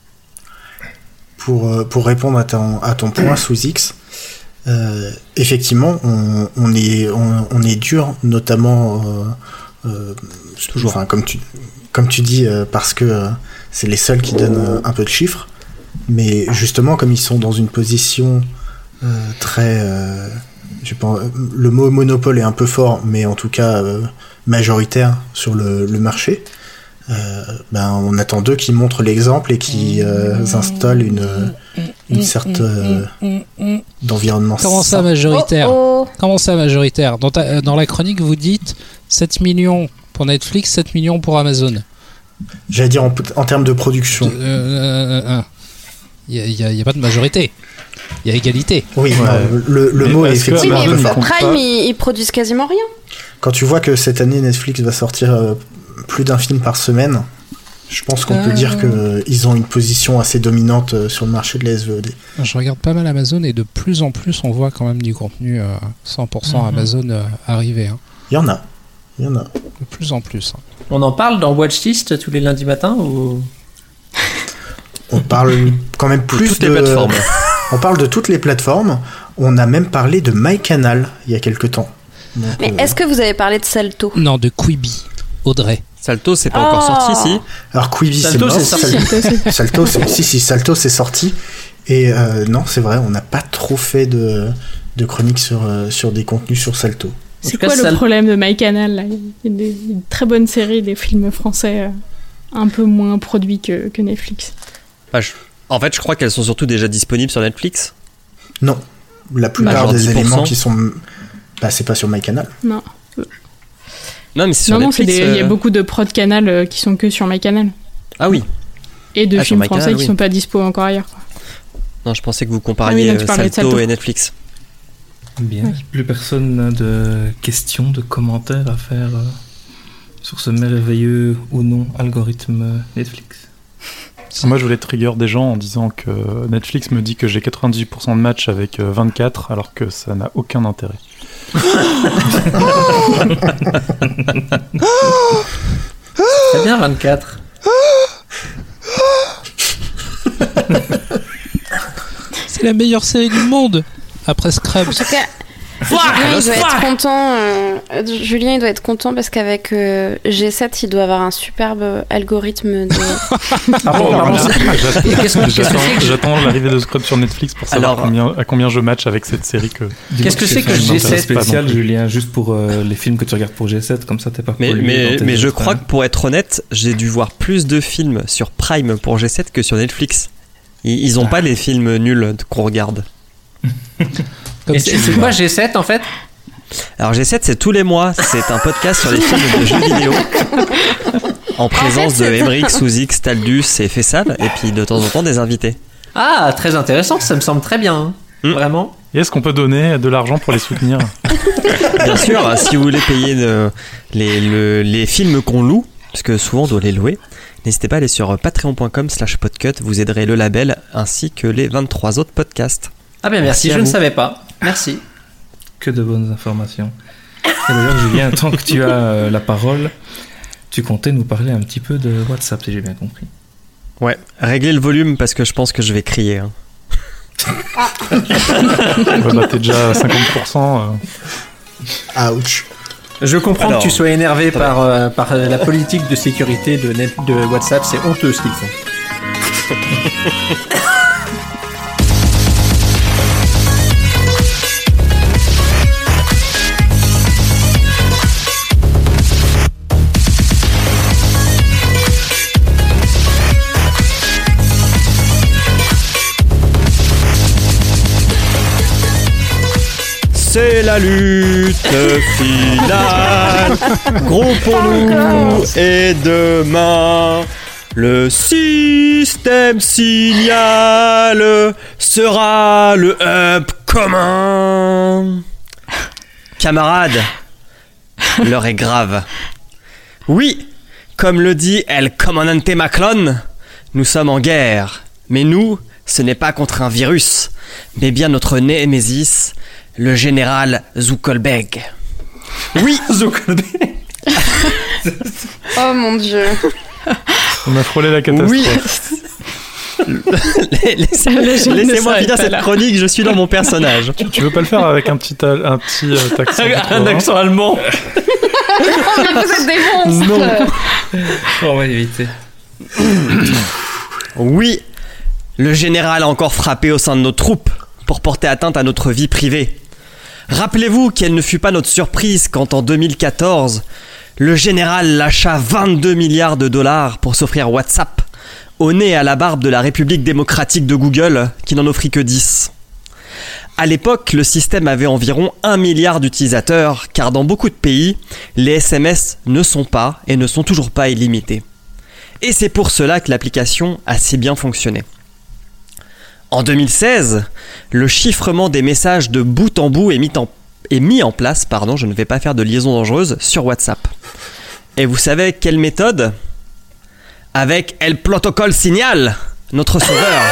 Pour, euh, pour répondre à ton, à ton point sous X, euh, effectivement, on, on, est, on, on est dur, notamment, euh, euh, Toujours. enfin, comme tu, comme tu dis, euh, parce que euh, c'est les seuls qui donnent euh, un peu de chiffres, mais justement, comme ils sont dans une position euh, très, euh, je pense, le mot monopole est un peu fort, mais en tout cas euh, majoritaire sur le, le marché. Euh, ben, on attend d'eux qui montrent l'exemple et qui euh, installent une, une sorte euh, d'environnement. Comment ça majoritaire oh, oh. Comment ça majoritaire dans, ta, dans la chronique, vous dites sept millions pour Netflix, sept millions pour Amazon. J'allais dire en, en termes de production. Il euh, euh, n'y a, a, a pas de majorité. Il y a égalité. Oui, ouais. non, le, le mot est effectivement oui, mais Prime, ils, ils produisent quasiment rien. Quand tu vois que cette année, Netflix va sortir euh, plus d'un film par semaine, je pense qu'on euh... peut dire qu'ils ont une position assez dominante euh, sur le marché de la S V O D. Je regarde pas mal Amazon et de plus en plus, on voit quand même du contenu euh, cent pour cent mm-hmm. Amazon euh, arriver. Hein. Il y en a. Il y en a. De plus en plus. Hein. On en parle dans Watchlist tous les lundis matins ou... On parle quand même plus toutes de... les plateformes. On parle de toutes les plateformes. On a même parlé de MyCanal il y a quelques temps. Donc, mais euh... est-ce que vous avez parlé de Salto ? Non, de Quibi. Audrey. Salto, c'est pas oh. encore sorti, si ? Alors Quibi, Salto, c'est mort. C'est sorti. Salto, c'est... si, si, Salto, c'est sorti. Et euh, non, c'est vrai, on n'a pas trop fait de, de chroniques sur, euh, sur des contenus sur Salto. C'est quoi le Sal... problème de MyCanal là ? Il y a des, une très bonne série, des films français euh, un peu moins produits que, que Netflix. Ah, je... En fait, je crois qu'elles sont surtout déjà disponibles sur Netflix. Non, la plupart bah, des éléments qui sont... Bah, c'est pas sur MyCanal. Non. Non, mais c'est sur non, Netflix. Non, il euh... y a beaucoup de prod canal euh, qui sont que sur MyCanal. Ah oui. Et de ah, films français Canal, qui oui. sont pas dispo encore ailleurs. Quoi. Non, je pensais que vous compariez ah oui, non, Salto, Salto et Netflix. Bien. Oui. Plus personne n'a de questions, de commentaires à faire euh, sur ce merveilleux ou non algorithme Netflix. Moi, je voulais trigger des gens en disant que Netflix me dit que j'ai quatre-vingt-dix pour cent de match avec vingt-quatre, alors que ça n'a aucun intérêt. C'est bien vingt-quatre. C'est la meilleure série du monde après Scrubs. En tout cas, Julien, il doit être content. Euh, Julien, il doit être content parce qu'avec euh, G sept, il doit avoir un superbe algorithme de. Ah bon, pardon, j'attends, j'attends, j'attends l'arrivée de Scrubs sur Netflix pour savoir Alors, combien, à combien je match avec cette série que. Qu'est-ce que c'est que G sept spécial, Julien, juste pour euh, les films que tu regardes pour G sept, comme ça t'es pas. Mais mais, mais je crois que pour être honnête, j'ai dû voir plus de films sur Prime pour G sept que sur Netflix. Ils, ils ont ah. pas les films nuls qu'on regarde. Et c'est, c'est quoi G sept en fait ? Alors G sept c'est tous les mois, c'est un podcast sur les films de jeux vidéo en présence en fait, de Emmerich, Souzix, Taldus et Fessal et puis de temps en temps des invités. Ah, très intéressant, ça me semble très bien, mmh. Vraiment. Et est-ce qu'on peut donner de l'argent pour les soutenir ? Bien sûr, si vous voulez payer de, les, le, les films qu'on loue, parce que souvent on doit les louer, n'hésitez pas à aller sur patreon point com slash podcut, vous aiderez le label ainsi que les vingt-trois autres podcasts. Ah bien merci, merci je vous. Ne savais pas. Merci. Que de bonnes informations. Et d'ailleurs Julien, tant que tu as euh, la parole, tu comptais nous parler un petit peu de WhatsApp si j'ai bien compris. Ouais, réglez le volume parce que je pense que je vais crier. Hein. Ah. Ouais, bah t'es déjà à cinquante pour cent. Euh... Ouch. Je comprends Alors, que tu sois énervé par, euh, par la politique de sécurité de, net, de WhatsApp, c'est honteux ce qu'ils font. C'est la lutte finale. Groupons-nous et demain le système signal sera le hub commun. Camarades, l'heure est grave. Oui, comme le dit El Comandante Macron, nous sommes en guerre. Mais nous, ce n'est pas contre un virus, mais bien notre némésis, le général Zuckerberg. Oui, Zuckerberg. Oh mon Dieu. On a frôlé la catastrophe. Oui. Laissez, Laissez-moi finir cette là. chronique, je suis dans mon personnage. Tu, tu veux pas le faire avec un petit, un petit euh, accent Un accent allemand. Mais vous êtes des monstres. Non. On va éviter. Oui, le général a encore frappé au sein de nos troupes pour porter atteinte à notre vie privée. Rappelez-vous quelle ne fut pas notre surprise quand en deux mille quatorze, le général lâcha vingt-deux milliards de dollars pour s'offrir WhatsApp, au nez et à la barbe de la République démocratique de Google, qui n'en offrit que dix. À l'époque, le système avait environ un milliard d'utilisateurs, car dans beaucoup de pays, les S M S ne sont pas et ne sont toujours pas illimités. Et c'est pour cela que l'application a si bien fonctionné. En deux mille seize, le chiffrement des messages de bout en bout est mis en, est mis en place, pardon, je ne vais pas faire de liaison dangereuse, sur WhatsApp. Et vous savez quelle méthode ? Avec El Protocol Signal, notre sauveur.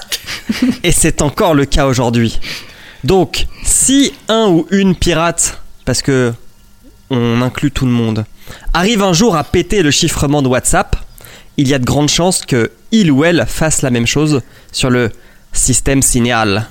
Et c'est encore le cas aujourd'hui. Donc, si un ou une pirate, parce que on inclut tout le monde, arrive un jour à péter le chiffrement de WhatsApp, il y a de grandes chances que il ou elle fasse la même chose sur le système Signal.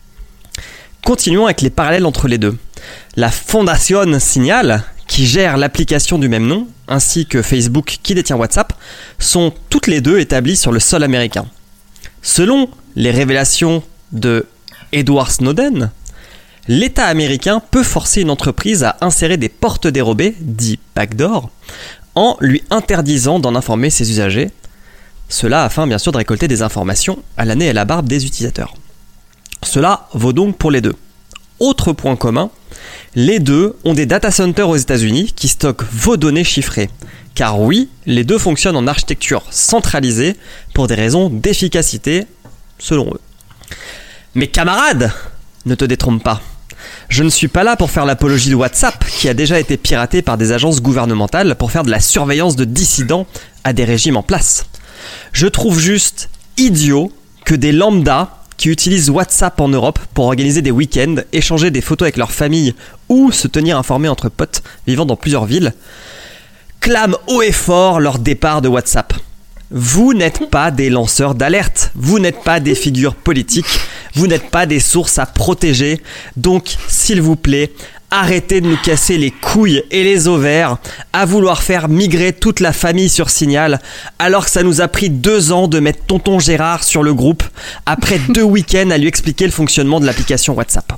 Continuons avec les parallèles entre les deux. La Fondation Signal, qui gère l'application du même nom, ainsi que Facebook qui détient WhatsApp, sont toutes les deux établies sur le sol américain. Selon les révélations de Edward Snowden, l'État américain peut forcer une entreprise à insérer des portes dérobées, dit backdoor, en lui interdisant d'en informer ses usagers. Cela afin bien sûr de récolter des informations à la nez et à la barbe des utilisateurs. Cela vaut donc pour les deux. Autre point commun, les deux ont des data centers aux États-Unis qui stockent vos données chiffrées. Car oui, les deux fonctionnent en architecture centralisée pour des raisons d'efficacité, selon eux. Mais camarades, ne te détrompe pas. Je ne suis pas là pour faire l'apologie de WhatsApp, qui a déjà été piraté par des agences gouvernementales pour faire de la surveillance de dissidents à des régimes en place. Je trouve juste idiot que des lambdas qui utilisent WhatsApp en Europe pour organiser des week-ends, échanger des photos avec leur famille ou se tenir informés entre potes vivant dans plusieurs villes, clament haut et fort leur départ de WhatsApp. Vous n'êtes pas des lanceurs d'alerte, vous n'êtes pas des figures politiques, vous n'êtes pas des sources à protéger, donc s'il vous plaît, arrêtez de nous casser les couilles et les ovaires à vouloir faire migrer toute la famille sur Signal, alors que ça nous a pris deux ans de mettre tonton Gérard sur le groupe, après deux week-ends à lui expliquer le fonctionnement de l'application WhatsApp.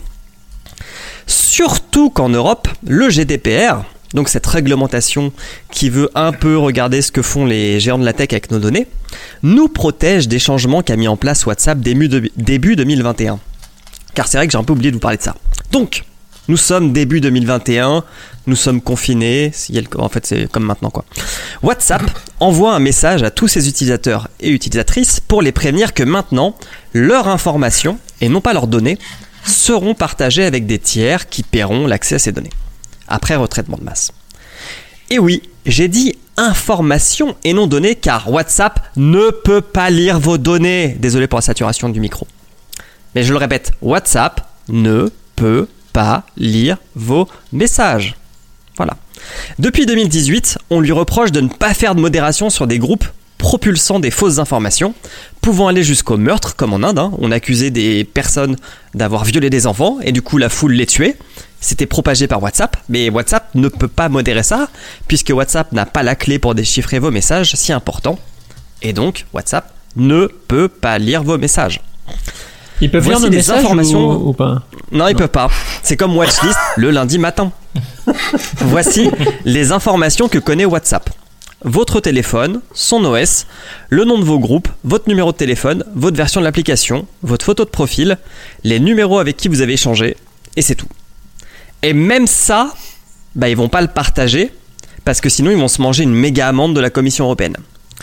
Surtout qu'en Europe, le G D P R, donc cette réglementation qui veut un peu regarder ce que font les géants de la tech avec nos données, nous protège des changements qu'a mis en place WhatsApp début, de, début deux mille vingt et un. Car c'est vrai que j'ai un peu oublié de vous parler de ça. Donc, nous sommes début deux mille vingt et un, nous sommes confinés, en fait c'est comme maintenant quoi. WhatsApp envoie un message à tous ses utilisateurs et utilisatrices pour les prévenir que maintenant, leurs informations, et non pas leurs données, seront partagées avec des tiers qui paieront l'accès à ces données, après retraitement de masse. Et oui, j'ai dit information et non données car WhatsApp ne peut pas lire vos données. Désolé pour la saturation du micro. Mais je le répète, WhatsApp ne peut pas lire vos messages. Voilà. Depuis deux mille dix-huit, on lui reproche de ne pas faire de modération sur des groupes propulsant des fausses informations, pouvant aller jusqu'au meurtre, comme en Inde. Hein. On accusait des personnes d'avoir violé des enfants et du coup la foule les tuait. C'était propagé par WhatsApp, mais WhatsApp ne peut pas modérer ça, puisque WhatsApp n'a pas la clé pour déchiffrer vos messages si importants. Et donc, WhatsApp ne peut pas lire vos messages. Ils peuvent Voici lire nos des messages informations... ou, ou pas? Non, ils ne peuvent pas. C'est comme Watchlist le lundi matin. Voici les informations que connaît WhatsApp. Votre téléphone, son O S, le nom de vos groupes, votre numéro de téléphone, votre version de l'application, votre photo de profil, les numéros avec qui vous avez échangé, et c'est tout. Et même ça, bah, ils vont pas le partager, parce que sinon ils vont se manger une méga amende de la Commission européenne.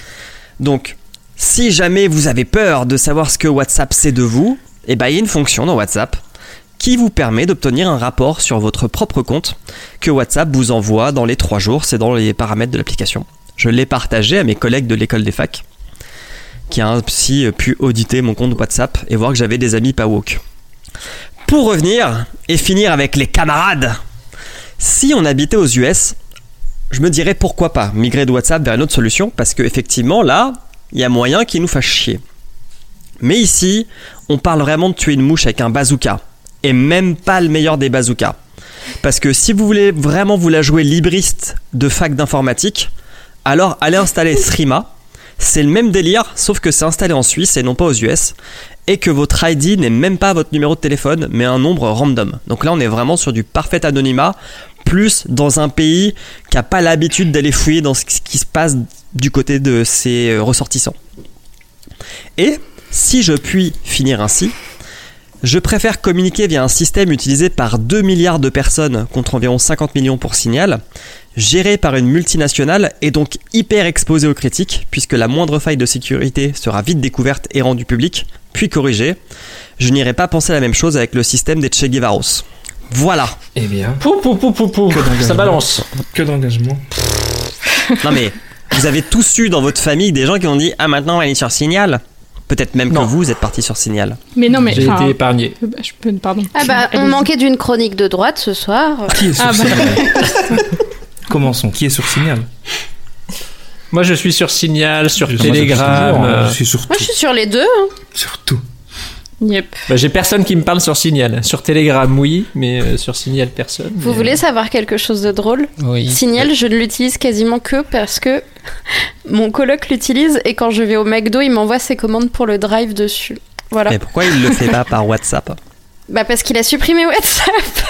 Donc, si jamais vous avez peur de savoir ce que WhatsApp sait de vous, eh ben, il y a une fonction dans WhatsApp qui vous permet d'obtenir un rapport sur votre propre compte que WhatsApp vous envoie dans les trois jours, c'est dans les paramètres de l'application. Je l'ai partagé à mes collègues de l'école des facs, qui a ainsi pu auditer mon compte WhatsApp et voir que j'avais des amis pas woke. Pour revenir et finir avec les camarades, si on habitait aux U S, je me dirais pourquoi pas migrer de WhatsApp vers une autre solution, parce qu'effectivement là, il y a moyen qu'il nous fasse chier. Mais ici, on parle vraiment de tuer une mouche avec un bazooka, et même pas le meilleur des bazookas. Parce que si vous voulez vraiment vous la jouer libriste de fac d'informatique, alors allez installer Threema. c'est le même délire, sauf que c'est installé en Suisse et non pas aux U S, et que votre I D n'est même pas votre numéro de téléphone, mais un nombre random. Donc là, on est vraiment sur du parfait anonymat, plus dans un pays qui n'a pas l'habitude d'aller fouiller dans ce qui se passe du côté de ses ressortissants. Et si je puis finir ainsi, je préfère communiquer via un système utilisé par deux milliards de personnes contre environ cinquante millions pour Signal, géré par une multinationale et donc hyper exposé aux critiques, puisque la moindre faille de sécurité sera vite découverte et rendue publique, puis corrigée. Je n'irai pas penser la même chose avec le système des Che Guevaros. Voilà. Eh bien. Pou, pou, pou, pou, pou. Ça balance. Que d'engagement. Non mais, vous avez tous eu dans votre famille des gens qui ont dit « Ah, maintenant on va aller sur Signal ». Peut-être même Non. que vous êtes parti sur Signal. Mais non, mais J'ai enfin, été épargné. euh, je peux, pardon. Ah bah, on Allez-y. manquait d'une chronique de droite ce soir. Qui est sur Ah bah. Signal Commençons. Qui est sur Signal? Moi, je suis sur Signal, sur Je suis sur Telegram. toujours, euh, Je suis sur Moi, tout. je suis sur les deux. hein. Sur tout. Yep. bah, j'ai personne qui me parle sur Signal. Sur Telegram, oui, mais euh, sur Signal, personne. Vous Mais, voulez savoir quelque chose de drôle? Oui. Signal, je ne l'utilise quasiment que parce que mon coloc l'utilise et quand je vais au McDo, il m'envoie ses commandes pour le drive dessus. Voilà. Mais pourquoi il le fait pas par WhatsApp? Bah parce qu'il a supprimé WhatsApp.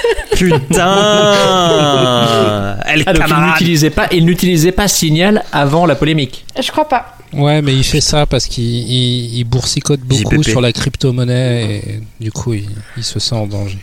Putain. Elle Ah, donc il camarade. n'utilisait pas, il n'utilisait pas Signal avant la polémique. Je crois pas. Ouais, mais il fait ça parce qu'il il, il boursicote beaucoup J P P. sur la crypto-monnaie et du coup, il, il se sent en danger.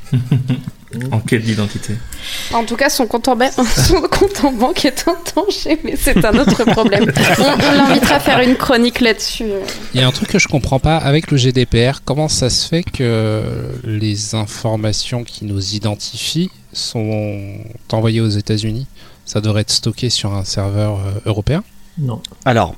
En quête d'identité. En tout cas, son compte en, ba- son compte en banque est en danger, mais c'est un autre problème. On, on l'invitera à faire une chronique là-dessus. Il y a un truc que je comprends pas avec le G D P R. Comment ça se fait que les informations qui nous identifient sont envoyées aux États-Unis? Ça devrait être stocké sur un serveur euh, européen? Non. Alors,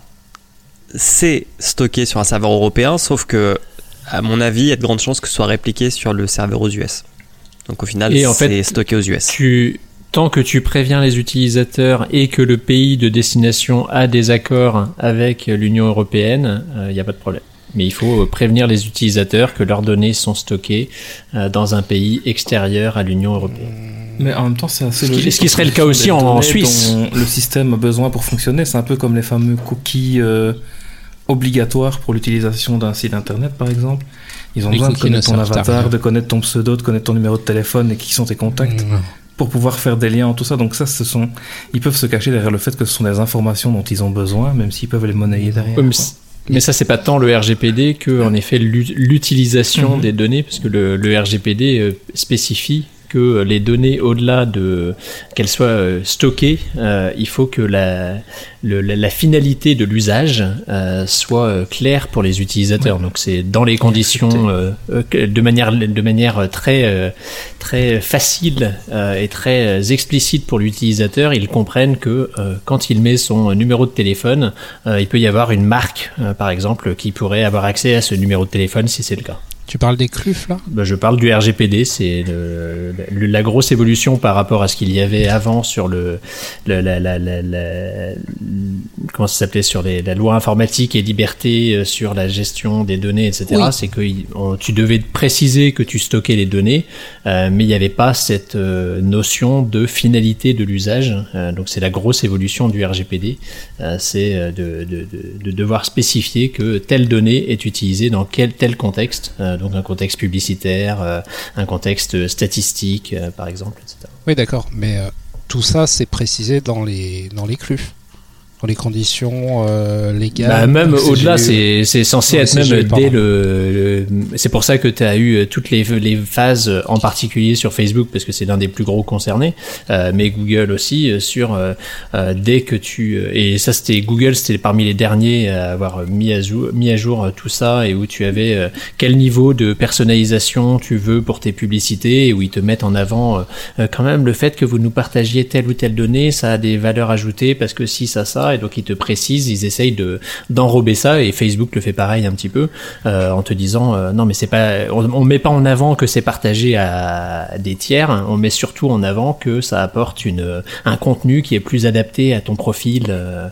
c'est stocké sur un serveur européen, sauf que, à mon avis, il y a de grandes chances que ce soit répliqué sur le serveur aux U S. Donc au final, Et en c'est fait, stocké aux U S. Tu, tant que tu préviens les utilisateurs et que le pays de destination a des accords avec l'Union européenne, il n'y a pas de problème. Mais il faut prévenir les utilisateurs que leurs données sont stockées euh, dans un pays extérieur à l'Union européenne. Mais en même temps, c'est assez Ce qui- logique. ce qui serait le parce cas que aussi ce sont en des données Suisse. dont le système a besoin pour fonctionner. C'est un peu comme les fameux cookies euh, obligatoires pour l'utilisation d'un site internet, par exemple. Ils ont Les besoin de cookies ne connaître ton servent à avatar, rien. de connaître ton pseudo, de connaître ton numéro de téléphone et qui sont tes contacts Mmh. pour pouvoir faire des liens, tout ça. Donc ça, ce sont, ils peuvent se cacher derrière le fait que ce sont des informations dont ils ont besoin, même s'ils peuvent les monnayer derrière. Oui, mais, quoi. c- mais ça, c'est pas tant le R G P D que, en effet, l'u- l'utilisation Mhm. des données, parce que le, le R G P D euh, spécifie que les données, au-delà de qu'elles soient euh, stockées, euh, il faut que la, le- la, la finalité de l'usage euh, soit euh, claire pour les utilisateurs. Donc c'est dans les conditions, euh, euh, que- de manière de manière très euh, très facile euh, et très euh, explicite pour l'utilisateur. Ils comprennent que euh, quand il met son numéro de téléphone, euh, il peut y avoir une marque, euh, par exemple, qui pourrait avoir accès à ce numéro de téléphone si c'est le cas. Tu parles des C L U F là? Ben, je parle du R G P D, c'est le, le- la grosse évolution par rapport à ce qu'il y avait avant sur le, le- la, la, la, la- comment ça s'appelait, sur les, la loi informatique et liberté, euh, sur la gestion des données, et cetera. Oui. C'est que il- on- tu devais préciser que tu stockais les données, euh, mais il n'y avait pas cette euh, notion de finalité de l'usage. Euh, donc c'est la grosse évolution du R G P D, euh, c'est euh, de, de, de, de devoir spécifier que telle donnée est utilisée dans quel tel contexte. Euh, donc un contexte publicitaire, euh, un contexte statistique, euh, par exemple, et cetera. Oui, d'accord, mais euh, tout ça c'est précisé dans les, dans les C L U F, dans les conditions euh, légales. Bah, même dans le au-delà, C G U. c'est c'est censé Dans le être même C G U, dès pardon. le, le- c'est pour ça que tu as eu toutes les, les phases, en particulier sur Facebook, parce que c'est l'un des plus gros concernés, euh, mais Google aussi, euh, sur euh, euh, dès que tu... euh, Et ça, c'était Google, c'était parmi les derniers à avoir mis à jour, mis à jour euh, tout ça, et où tu avais euh, quel niveau de personnalisation tu veux pour tes publicités, et où ils te mettent en avant euh, euh, quand même le fait que vous nous partagiez telle ou telle donnée, ça a des valeurs ajoutées, parce que si, ça, ça, et donc ils te précisent, ils essayent de d'enrober ça, et Facebook le fait pareil un petit peu, euh, en te disant euh, non mais c'est pas, on, on met pas en avant que c'est partagé à des tiers, on met surtout en avant que ça apporte une un contenu qui est plus adapté à ton profil euh,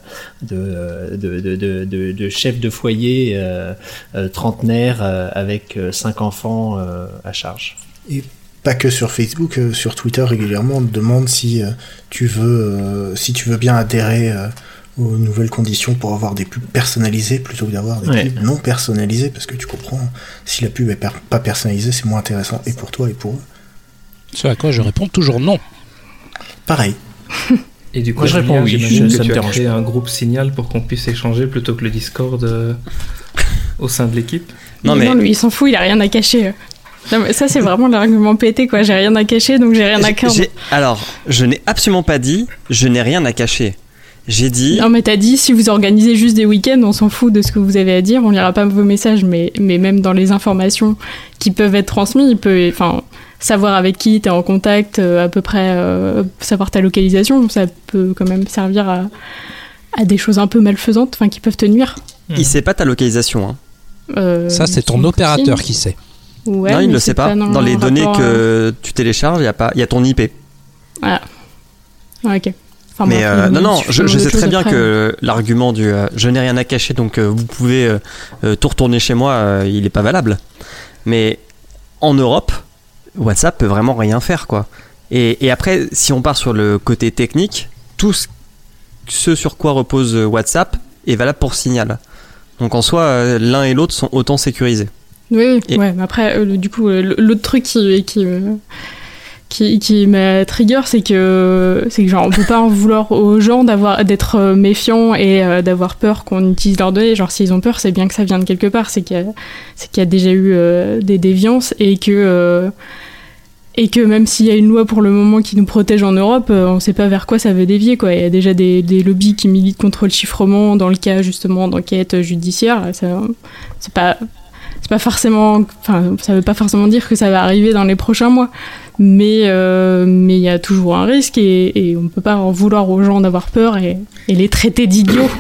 de, de, de, de, de, de chef de foyer euh, euh, trentenaire euh, avec euh, cinq enfants euh, à charge. Et pas que sur Facebook, euh, sur Twitter régulièrement on te demande si euh, tu veux euh, si tu veux bien adhérer euh, aux nouvelles conditions pour avoir des pubs personnalisées plutôt que d'avoir des Ouais. pubs non personnalisées, parce que tu comprends, si la pub est per- pas personnalisée, c'est moins intéressant et pour toi et pour eux. Ce à quoi je réponds toujours non. Pareil. Et du coup, Moi, je réponds Julien, oui, j'imagine ça que me tu as dérange créé un groupe Signal pour qu'on puisse échanger plutôt que le Discord euh, au sein de l'équipe. Non, mais Non, lui, il s'en fout, il a rien à cacher. Non, mais ça, c'est vraiment l'argument pété, quoi. J'ai rien à cacher, donc j'ai rien à j'ai- craindre. j'ai- alors, je n'ai absolument pas dit je n'ai rien à cacher. J'ai dit Non, mais t'as dit, si vous organisez juste des week-ends, on s'en fout de ce que vous avez à dire, on lira pas vos messages, mais, mais même dans les informations qui peuvent être transmises, il peut, enfin, savoir avec qui t'es en contact, euh, à peu près, euh, savoir ta localisation, ça peut quand même servir à, à des choses un peu malfaisantes, enfin, qui peuvent te nuire. il sait pas ta localisation. Hein. Euh, Ça, c'est ton possible. opérateur qui sait. Ouais, non, il mais ne le c'est sait pas. dans, Dans les le données rapport, que tu télécharges, il y a pas, il y a ton I P. Voilà. Ouais, ok. Enfin, Mais bref, euh, il y a non, non, je, suffisamment je de sais très choses bien après. que l'argument du euh, je n'ai rien à cacher, donc euh, vous pouvez euh, euh, tout retourner chez moi, euh, il est pas valable. Mais en Europe, WhatsApp peut vraiment rien faire, quoi. Et, et après, si on part sur le côté technique, tout ce, ce sur quoi repose WhatsApp est valable pour Signal. Donc en soi, euh, l'un et l'autre sont autant sécurisés. Oui, oui, Et- ouais, mais après, euh, le- du coup, euh, l'autre truc qui, qui, me- qui, qui m'a trigger, c'est que, c'est que genre, on peut pas en vouloir aux gens d'avoir, d'être euh, méfiants et euh, d'avoir peur qu'on utilise leurs données. Genre, s'ils ont peur, c'est bien que ça vient de quelque part, c'est qu'il y a, c'est qu'il y a déjà eu euh, des déviances et que, euh, et que même s'il y a une loi pour le moment qui nous protège en Europe, euh, on sait pas vers quoi ça veut dévier, quoi. Il y a déjà des, des lobbies qui militent contre le chiffrement dans le cas, justement, d'enquête judiciaire. Ça, c'est pas, c'est pas forcément, enfin, ça veut pas forcément dire que ça va arriver dans les prochains mois, mais euh, mais il y a toujours un risque et, et on peut pas en vouloir aux gens d'avoir peur et, et les traiter d'idiots.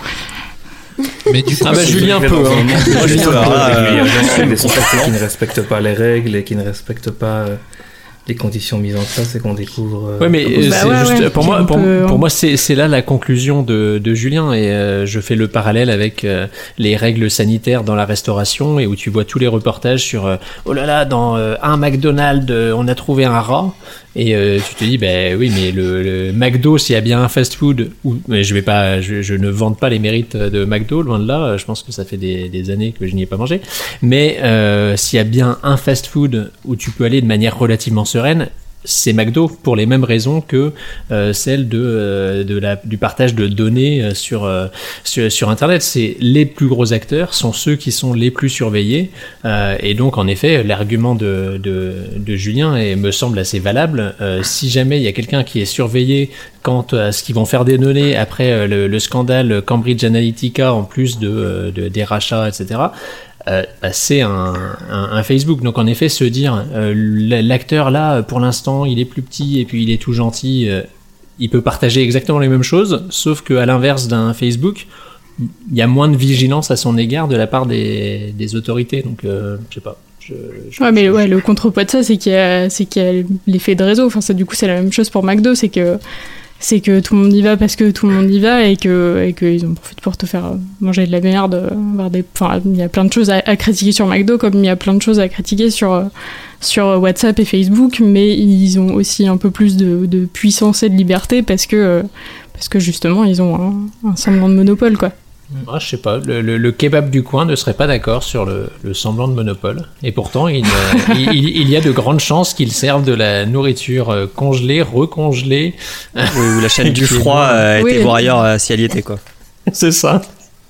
Mais du coup, Ah bah c'est- Julien peut, hein. Moi, Julien je peut, régulièrement euh, des contacts qui ne respectent pas les règles et qui ne respectent pas euh, les conditions mises en place et qu'on découvre. euh, Ouais, mais comme euh, ça. Bah c'est ouais, juste, ouais. pour moi, On pour, peut- pour moi, c'est c'est là la conclusion de, de Julien et euh, je fais le parallèle avec euh, les règles sanitaires dans la restauration et où tu vois tous les reportages sur euh, oh là là dans euh, un McDonald's euh, on a trouvé un rat et euh, tu te dis ben oui mais le, le McDo s'il y a bien un fast-food ou mais je vais pas je, je ne vante pas les mérites de McDo loin de là, je pense que ça fait des, des années que je n'y ai pas mangé mais euh, s'il y a bien un fast-food où tu peux aller de manière relativement sereine, c'est McDo pour les mêmes raisons que euh, celle de, euh, de la, du partage de données euh, sur, euh, sur, sur Internet. C'est les plus gros acteurs sont ceux qui sont les plus surveillés euh, et donc en effet l'argument de, de, de Julien est, me semble assez valable. Euh, si jamais il y a quelqu'un qui est surveillé quant à ce qu'ils vont faire des données après euh, le, le scandale Cambridge Analytica en plus de, euh, de des rachats et cetera. Euh, bah, c'est un, un, un Facebook. Donc en effet, se dire euh, l'acteur là, pour l'instant, il est plus petit et puis il est tout gentil, euh, il peut partager exactement les mêmes choses, sauf qu'à l'inverse d'un Facebook, il y a moins de vigilance à son égard de la part des, des autorités. Donc euh, je sais pas. Je, je, Ouais, mais je- ouais, le contrepoids de ça, c'est qu'il y a, c'est qu'il y a l'effet de réseau. Enfin, ça, du coup, c'est la même chose pour McDo, c'est que c'est que tout le monde y va parce que tout le monde y va et que et qu'ils en profitent pour te faire euh, manger de la merde, euh, avoir des, enfin, il y a plein de choses à, à critiquer sur McDo comme il y a plein de choses à critiquer sur euh, sur WhatsApp et Facebook, mais ils ont aussi un peu plus de, de puissance et de liberté parce que euh, parce que justement ils ont un, un semblant de monopole, quoi. Ah, je sais pas, le, le, le kebab du coin ne serait pas d'accord sur le, le semblant de monopole. Et pourtant, il, euh, il, il- il y a de grandes chances qu'ils servent de la nourriture euh, congelée, recongelée. Oui, ou la chaîne du Qui est froid bonne. euh, Oui, était voir ailleurs euh, si elle y était, quoi. C'est ça.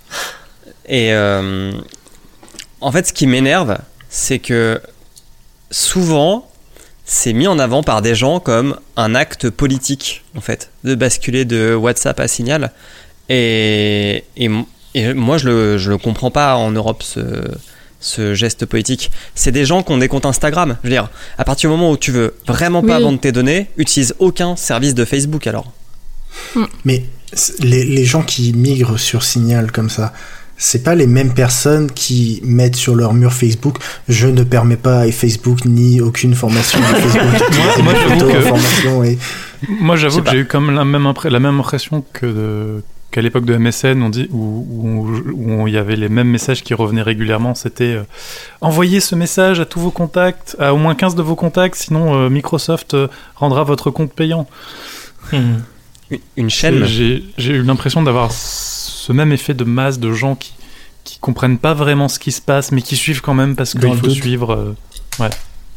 Et euh, en fait, ce qui m'énerve, c'est que souvent, c'est mis en avant par des gens comme un acte politique, en fait, de basculer de WhatsApp à Signal. Et, et, et moi, je le, je le comprends pas en Europe, ce, ce geste politique. C'est des gens qui ont des comptes Instagram. Je veux dire, à partir du moment où tu veux vraiment pas Oui. vendre tes données, utilise aucun service de Facebook alors. Mais c'est- les, les gens qui migrent sur Signal comme ça, c'est pas les mêmes personnes qui mettent sur leur mur Facebook « Je ne permets pas à Facebook ni aucune formation de Facebook d'utiliser moi, mes j'avoue photos, que- informations et... Moi, Je j'avoue sais que pas. j'ai eu comme la même, impré- la même impression que de- qu'à l'époque de M S N, on dit, où, où, où il y avait les mêmes messages qui revenaient régulièrement. C'était euh, envoyez ce message à tous vos contacts, à au moins quinze de vos contacts, sinon euh, Microsoft euh, rendra votre compte payant. Une, une chaîne. J'ai j'ai eu l'impression d'avoir ce ce même effet de masse de gens qui qui comprennent pas vraiment ce qui se passe, mais qui suivent quand même parce qu'il Dans le faut doute. suivre. Euh, ouais.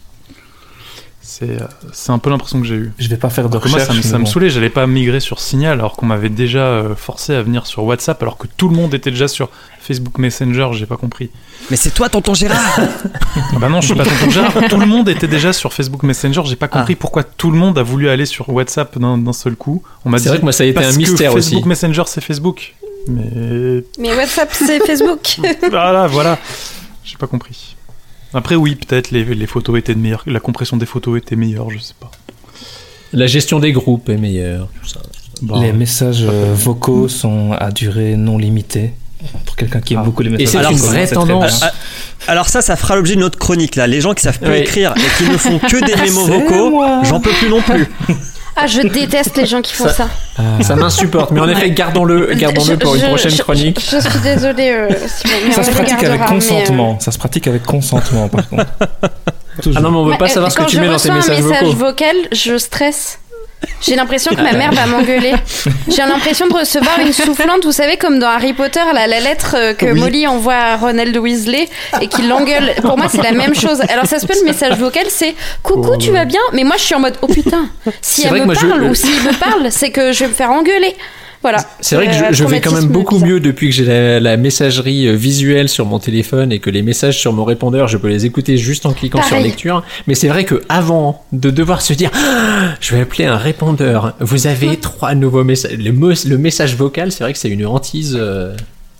C'est, euh, c'est un peu l'impression que j'ai eue. Je vais pas faire de Alors que moi, recherche. ça me, ça mais me bon. saoulait, j'allais pas migrer sur Signal alors qu'on m'avait déjà euh, forcé à venir sur WhatsApp alors que tout le monde était déjà sur Facebook Messenger, j'ai pas compris. Mais c'est toi, tonton Gérard. Ah bah non, je suis pas tonton Gérard, tout le monde était déjà sur Facebook Messenger, j'ai pas compris Ah. pourquoi tout le monde a voulu aller sur WhatsApp d'un, d'un seul coup. On m'a C'est dit vrai que moi, ça a été parce un mystère que aussi. Facebook Messenger c'est Facebook. Mais Mais WhatsApp, c'est Facebook. voilà, voilà. J'ai pas compris. Après, oui, peut-être les, les photos étaient de meilleures, la compression des photos était meilleure, je sais pas. La gestion des groupes est meilleure, tout ça. Bah, Les messages euh, vocaux sont à durée non limitée. Pour quelqu'un qui aime Ah. beaucoup les Et messages c'est vocaux, une vraie c'est très tendance. bien. Ah, Alors ça, ça fera l'objet d'une autre chronique là. Les gens qui savent plus Oui. écrire et qui ne font que des mémos C'est vocaux, moi. j'en peux plus non plus. Ah, je déteste les gens qui font ça. Ah. Ça m'insupporte, mais en effet, gardons-le, gardons-le pour une Je- prochaine je- chronique. Je, je suis désolée, euh, Simon, mais Ça on se les pratique avec gardera, mais, euh, consentement. Ça se pratique avec consentement, par contre. Toujours. Ah non, mais on veut mais, pas euh, savoir ce que quand tu je mets dans tes reçois messages un message vocaux. vocal, je stresse. J'ai l'impression que ma mère va m'engueuler. J'ai l'impression de recevoir une soufflante, vous savez, comme dans Harry Potter, là, la lettre euh, que Oui. Molly envoie à Ronald Weasley et qu'il l'engueule. Pour moi, c'est la même chose. Alors, ça s'appelle le message vocal, c'est « Coucou, tu vas bien ?» Mais moi, je suis en mode « Oh putain, si C'est elle vrai me que moi, je- parle ou s'il me parle, c'est que je vais me faire engueuler. » Voilà. C'est vrai que je, Euh, je vais quand même traumatisme beaucoup bizarre. mieux depuis que j'ai la, la messagerie euh, visuelle sur mon téléphone et que les messages sur mon répondeur, je peux les écouter juste en cliquant sur Pareil. lecture. Mais c'est vrai que avant de devoir se dire, ah, je vais appeler un répondeur, vous avez trois nouveaux messages. Le, mo- le message vocal, c'est vrai que c'est une hantise. euh,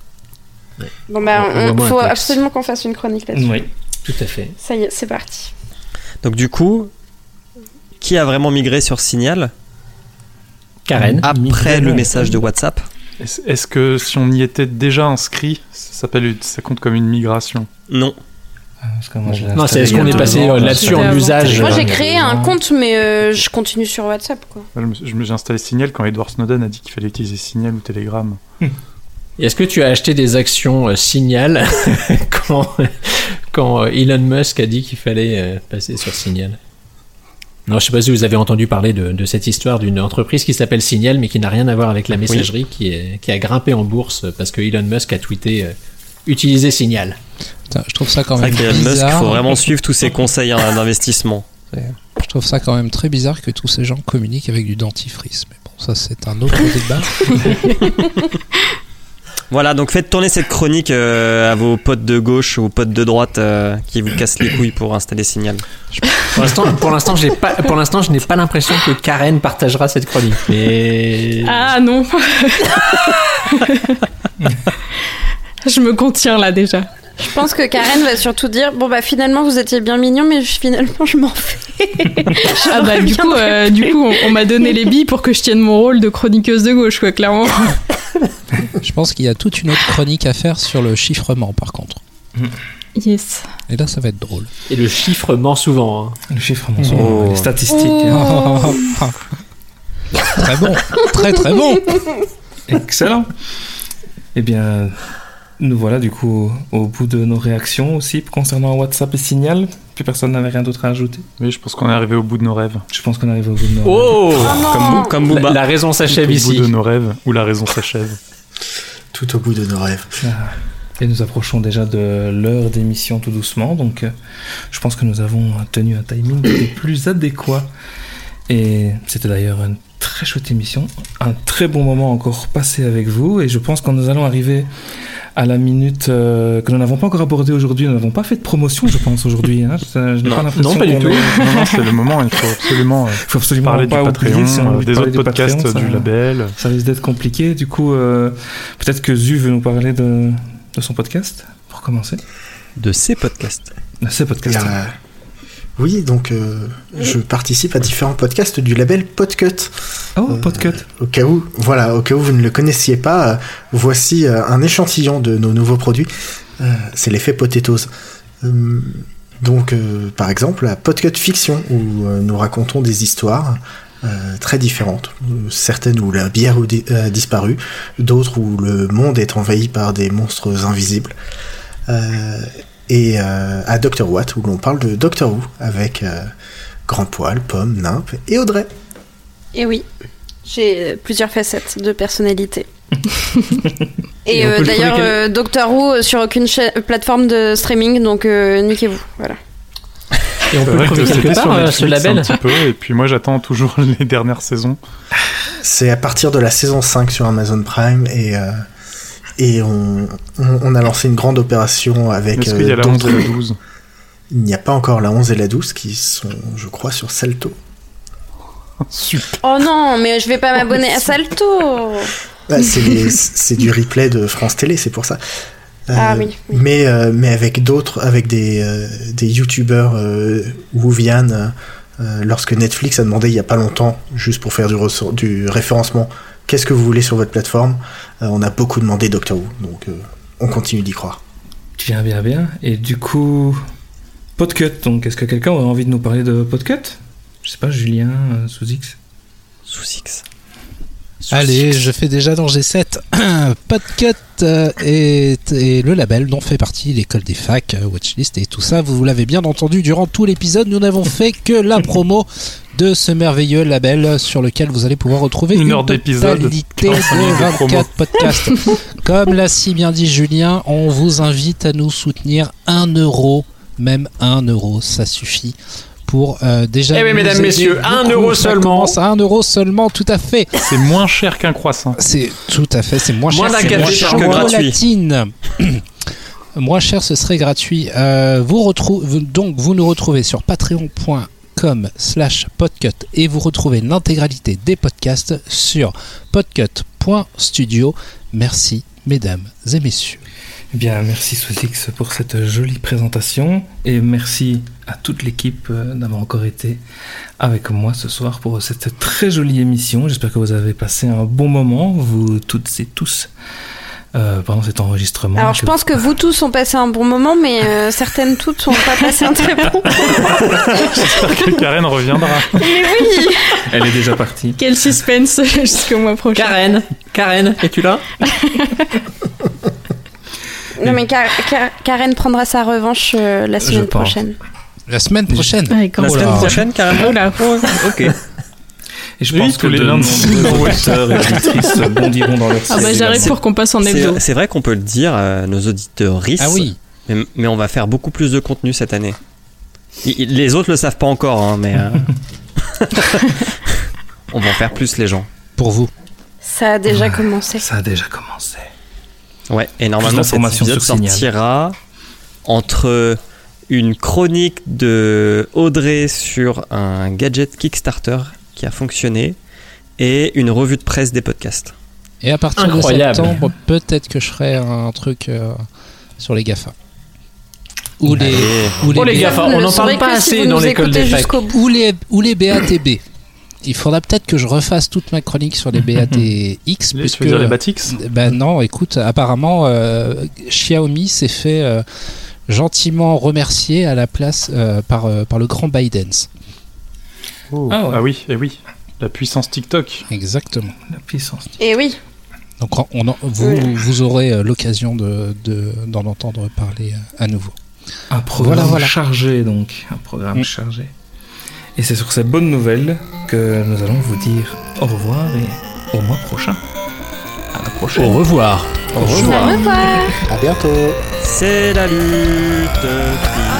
Bon, bah, On- on voit il moins faut un texte. absolument qu'on fasse une chronique là-dessus. Oui. Tout à fait. Ça y est, c'est parti. Donc du coup, qui a vraiment migré sur Signal Karen. après le message de WhatsApp? Est-ce, est-ce que si on y était déjà inscrit, ça, s'appelle, une- ça compte comme une migration? Non. Parce que moi, je l'ai Non, c'est installé est-ce il y a qu'on est deux passé ans, euh, là-dessus C'était en avant. usage Moi, euh, j'ai créé un non. compte, mais euh, je continue sur WhatsApp, quoi. Je me, je me- j'ai installé Signal quand Edward Snowden a dit qu'il fallait utiliser Signal ou Telegram. Et Est-ce que tu as acheté des actions euh, Signal quand, quand euh, Elon Musk a dit qu'il fallait euh, passer sur Signal? Non, je sais pas si vous avez entendu parler de, de cette histoire d'une entreprise qui s'appelle Signal, mais qui n'a rien à voir avec la messagerie, qui, est, qui a grimpé en bourse parce que Elon Musk a tweeté euh, utiliser Signal. Putain, je trouve ça quand C'est vrai même qu'Elon Musk, il bizarre. faut vraiment suivre tous ses conseils hein, d'investissement. Je trouve ça quand même très bizarre que tous ces gens communiquent avec du dentifrice. Mais bon, ça c'est un autre débat. Voilà, donc faites tourner cette chronique euh, à vos potes de gauche ou potes de droite euh, qui vous cassent les couilles pour installer Signal. Pour l'instant, pour l'instant, j'ai pas, pour l'instant, je n'ai pas l'impression que Karen partagera cette chronique. Mais Ah non. Je me contiens là déjà. Je pense que Karen va surtout dire bon bah finalement vous étiez bien mignon mais je- finalement je m'en fais. Ah bah du coup, euh, du coup, on, on m'a donné les billes pour que je tienne mon rôle de chroniqueuse de gauche, quoi, clairement. Je pense qu'il y a toute une autre chronique à faire sur le chiffrement par contre. Yes. Et là ça va être drôle. et le chiffre ment souvent. hein. Le chiffre, Oh. les statistiques. Oh. Très bon, très très bon. Excellent. Eh bien, nous voilà du coup au, au bout de nos réactions aussi concernant WhatsApp et Signal. Plus personne n'avait rien d'autre à ajouter. Oui, je pense qu'on est arrivé au bout de nos rêves. Je pense qu'on arrive au bout de nos Oh, Comme, Bou- comme la, Booba. la raison s'achève Tout au ici. bout de nos rêves, où la raison s'achève. Tout au bout de nos rêves. Et nous approchons déjà de l'heure d'émission tout doucement, donc euh, je pense que nous avons tenu un timing des plus adéquat. Et c'était d'ailleurs une très chouette émission, un très bon moment encore passé avec vous, et je pense que nous allons arriver à la minute euh, que nous n'avons pas encore abordée aujourd'hui. Nous n'avons pas fait de promotion, je pense, aujourd'hui. Hein. Je, je n'ai Non, pas l'impression non, pas du qu'on tout. ait- Non, non, c'est le moment, il faut absolument euh, Il faut absolument parler du pas Patreon, oublier si on a euh, envie de des parler autres du podcasts, Patreon, ça- du label. Ça risque d'être compliqué. Du coup, euh, peut-être que Zu veut nous parler de, de son podcast, pour commencer. De ces podcasts. De ses Il y podcasts. a- Oui, donc euh, je participe à différents podcasts du label Podcut. Oh, Euh, Podcut. Au cas où, voilà, au cas où vous ne le connaissiez pas, euh, voici euh, un échantillon de nos nouveaux produits. Euh, c'est l'effet Potatoes. Euh, donc, euh, par exemple, la Podcut Fiction, où euh, nous racontons des histoires euh, très différentes. Euh, certaines où la bière a di- a disparu, d'autres où le monde est envahi par des monstres invisibles. Euh, et euh, à Doctor Watt, où l'on parle de Doctor Who, avec euh, Grand Poil, Pomme, Nymphe et Audrey. Et oui, j'ai euh, plusieurs facettes de personnalité. Et, Et on euh, peut le d'ailleurs, trouver euh, Doctor Who sur aucune cha- plateforme de streaming, donc euh, niquez-vous. Voilà. Et on C'est peut le vrai trouver que quelque c'était part, sur euh, Netflix ce label. un petit peu, et puis moi j'attends toujours les dernières saisons. C'est à partir de la saison cinq sur Amazon Prime et, euh, et on, on, on a lancé une grande opération avec. Est-ce qu'il y a euh, la onze d'autres- et la douze? Il n'y a pas encore la onze et la douze qui sont, je crois, sur Salto. Super. Oh non, mais je vais pas m'abonner à Salto. Bah, c'est, les- c'est du replay de France Télé, c'est pour ça. Euh, Ah oui, oui. Mais, euh, mais avec d'autres, avec des, euh, des youtubeurs euh, Wouvian, euh, lorsque Netflix a demandé il y a pas longtemps, juste pour faire du, ressort, du référencement, qu'est-ce que vous voulez sur votre plateforme, euh, on a beaucoup demandé Doctor Who, donc euh, on continue d'y croire. Bien, bien, bien. Et du coup, Podcut. Donc, est-ce que quelqu'un aurait envie de nous parler de Podcut? Je sais pas, Julien, euh, sous X. Sous X. Allez, je fais déjà dans G sept. Podcut euh, est, est le label dont fait partie l'école des facs, euh, Watchlist et tout ça. Vous l'avez bien entendu durant tout l'épisode. Nous n'avons fait que la promo de ce merveilleux label sur lequel vous allez pouvoir retrouver Une une, heure d'épisode, totalité quarante-cinq minutes de de promo. vingt-quatre podcasts. Comme l'a si bien dit Julien, on vous invite à nous soutenir un euro, même un euro, ça suffit. Pour euh, déjà. Eh oui, nous mesdames, aider messieurs, un beaucoup. euro Ça seulement. commence à un euro seulement, tout à fait. C'est moins cher qu'un croissant. C'est tout à fait, c'est moins, Moins cher, d'un c'est café moins par cher mois. que gratuit. Chocolatine. Moins cher, ce serait gratuit. Euh, vous retrouvez donc vous nous retrouvez sur patreon point com slash podcut et vous retrouvez l'intégralité des podcasts sur podcut point studio. Merci, mesdames et messieurs. Eh bien, merci Sous-X pour cette jolie présentation et merci à toute l'équipe euh, d'avoir encore été avec moi ce soir pour cette très jolie émission. J'espère que vous avez passé un bon moment, vous toutes et tous, euh, pendant cet enregistrement. Alors je pense que vous tous ont passé un bon moment, mais euh, certaines toutes n'ont pas passé un très bon. J'espère que Karen reviendra. Mais oui. Elle est déjà partie. Quel suspense jusqu'au mois prochain. Karen, Karen, es-tu là? Non mais Car- Car- Karen prendra sa revanche euh, la semaine pense. prochaine. La semaine prochaine. Ouais, quand La Oh même. là. semaine prochaine, carrément. Oh là. Ok. Et je Oui, pense tous que les de lundis. nombreux auditeurs et auditrices bondiront dans leur Ah bah siège j'arrive également. pour qu'on passe en hebdo. C'est c'est vrai qu'on peut le dire, euh, nos auditeurs risquent. Ah oui. Mais, mais on va faire beaucoup plus de contenu cette année. I- i- les autres le savent pas encore, hein, mais euh, on va en faire plus les gens. Pour vous. Ça a déjà Ouais, commencé. Ça a déjà commencé. Ouais. Et normalement cet d'informations épisode sur Signal. sortira entre une chronique de Audrey sur un gadget Kickstarter qui a fonctionné et une revue de presse des podcasts. Et à partir Incroyable. de septembre, peut-être que je ferai un truc euh, sur les GAFA. Ou les, Allez. ou les, Oh les B A- gars, Vous on ne n'en saurez parle pas que si assez vous dans nous l'école écoutez des facs. jusqu'au bout. ou les, ou les B A T B. Il faudra peut-être que je refasse toute ma chronique sur les B A T X. Tu puisque, veux dire les Batix? Ben non, écoute, apparemment, euh, Xiaomi s'est fait euh, gentiment remercier à la place euh, par, euh, par le grand Biden. Oh. Ah ouais. Ah oui, et oui. La puissance TikTok. Exactement. La puissance. Et oui. Donc on, on en- vous, Oui. vous aurez euh, l'occasion de, de- d'en entendre parler euh, à nouveau. Un programme Voilà, voilà. chargé donc, un programme Mm. chargé. Et c'est sur ces bonnes nouvelles que nous allons vous dire au revoir et au mois prochain. À la prochaine. Au revoir. Au revoir. Au revoir. À bientôt. C'est la lutte.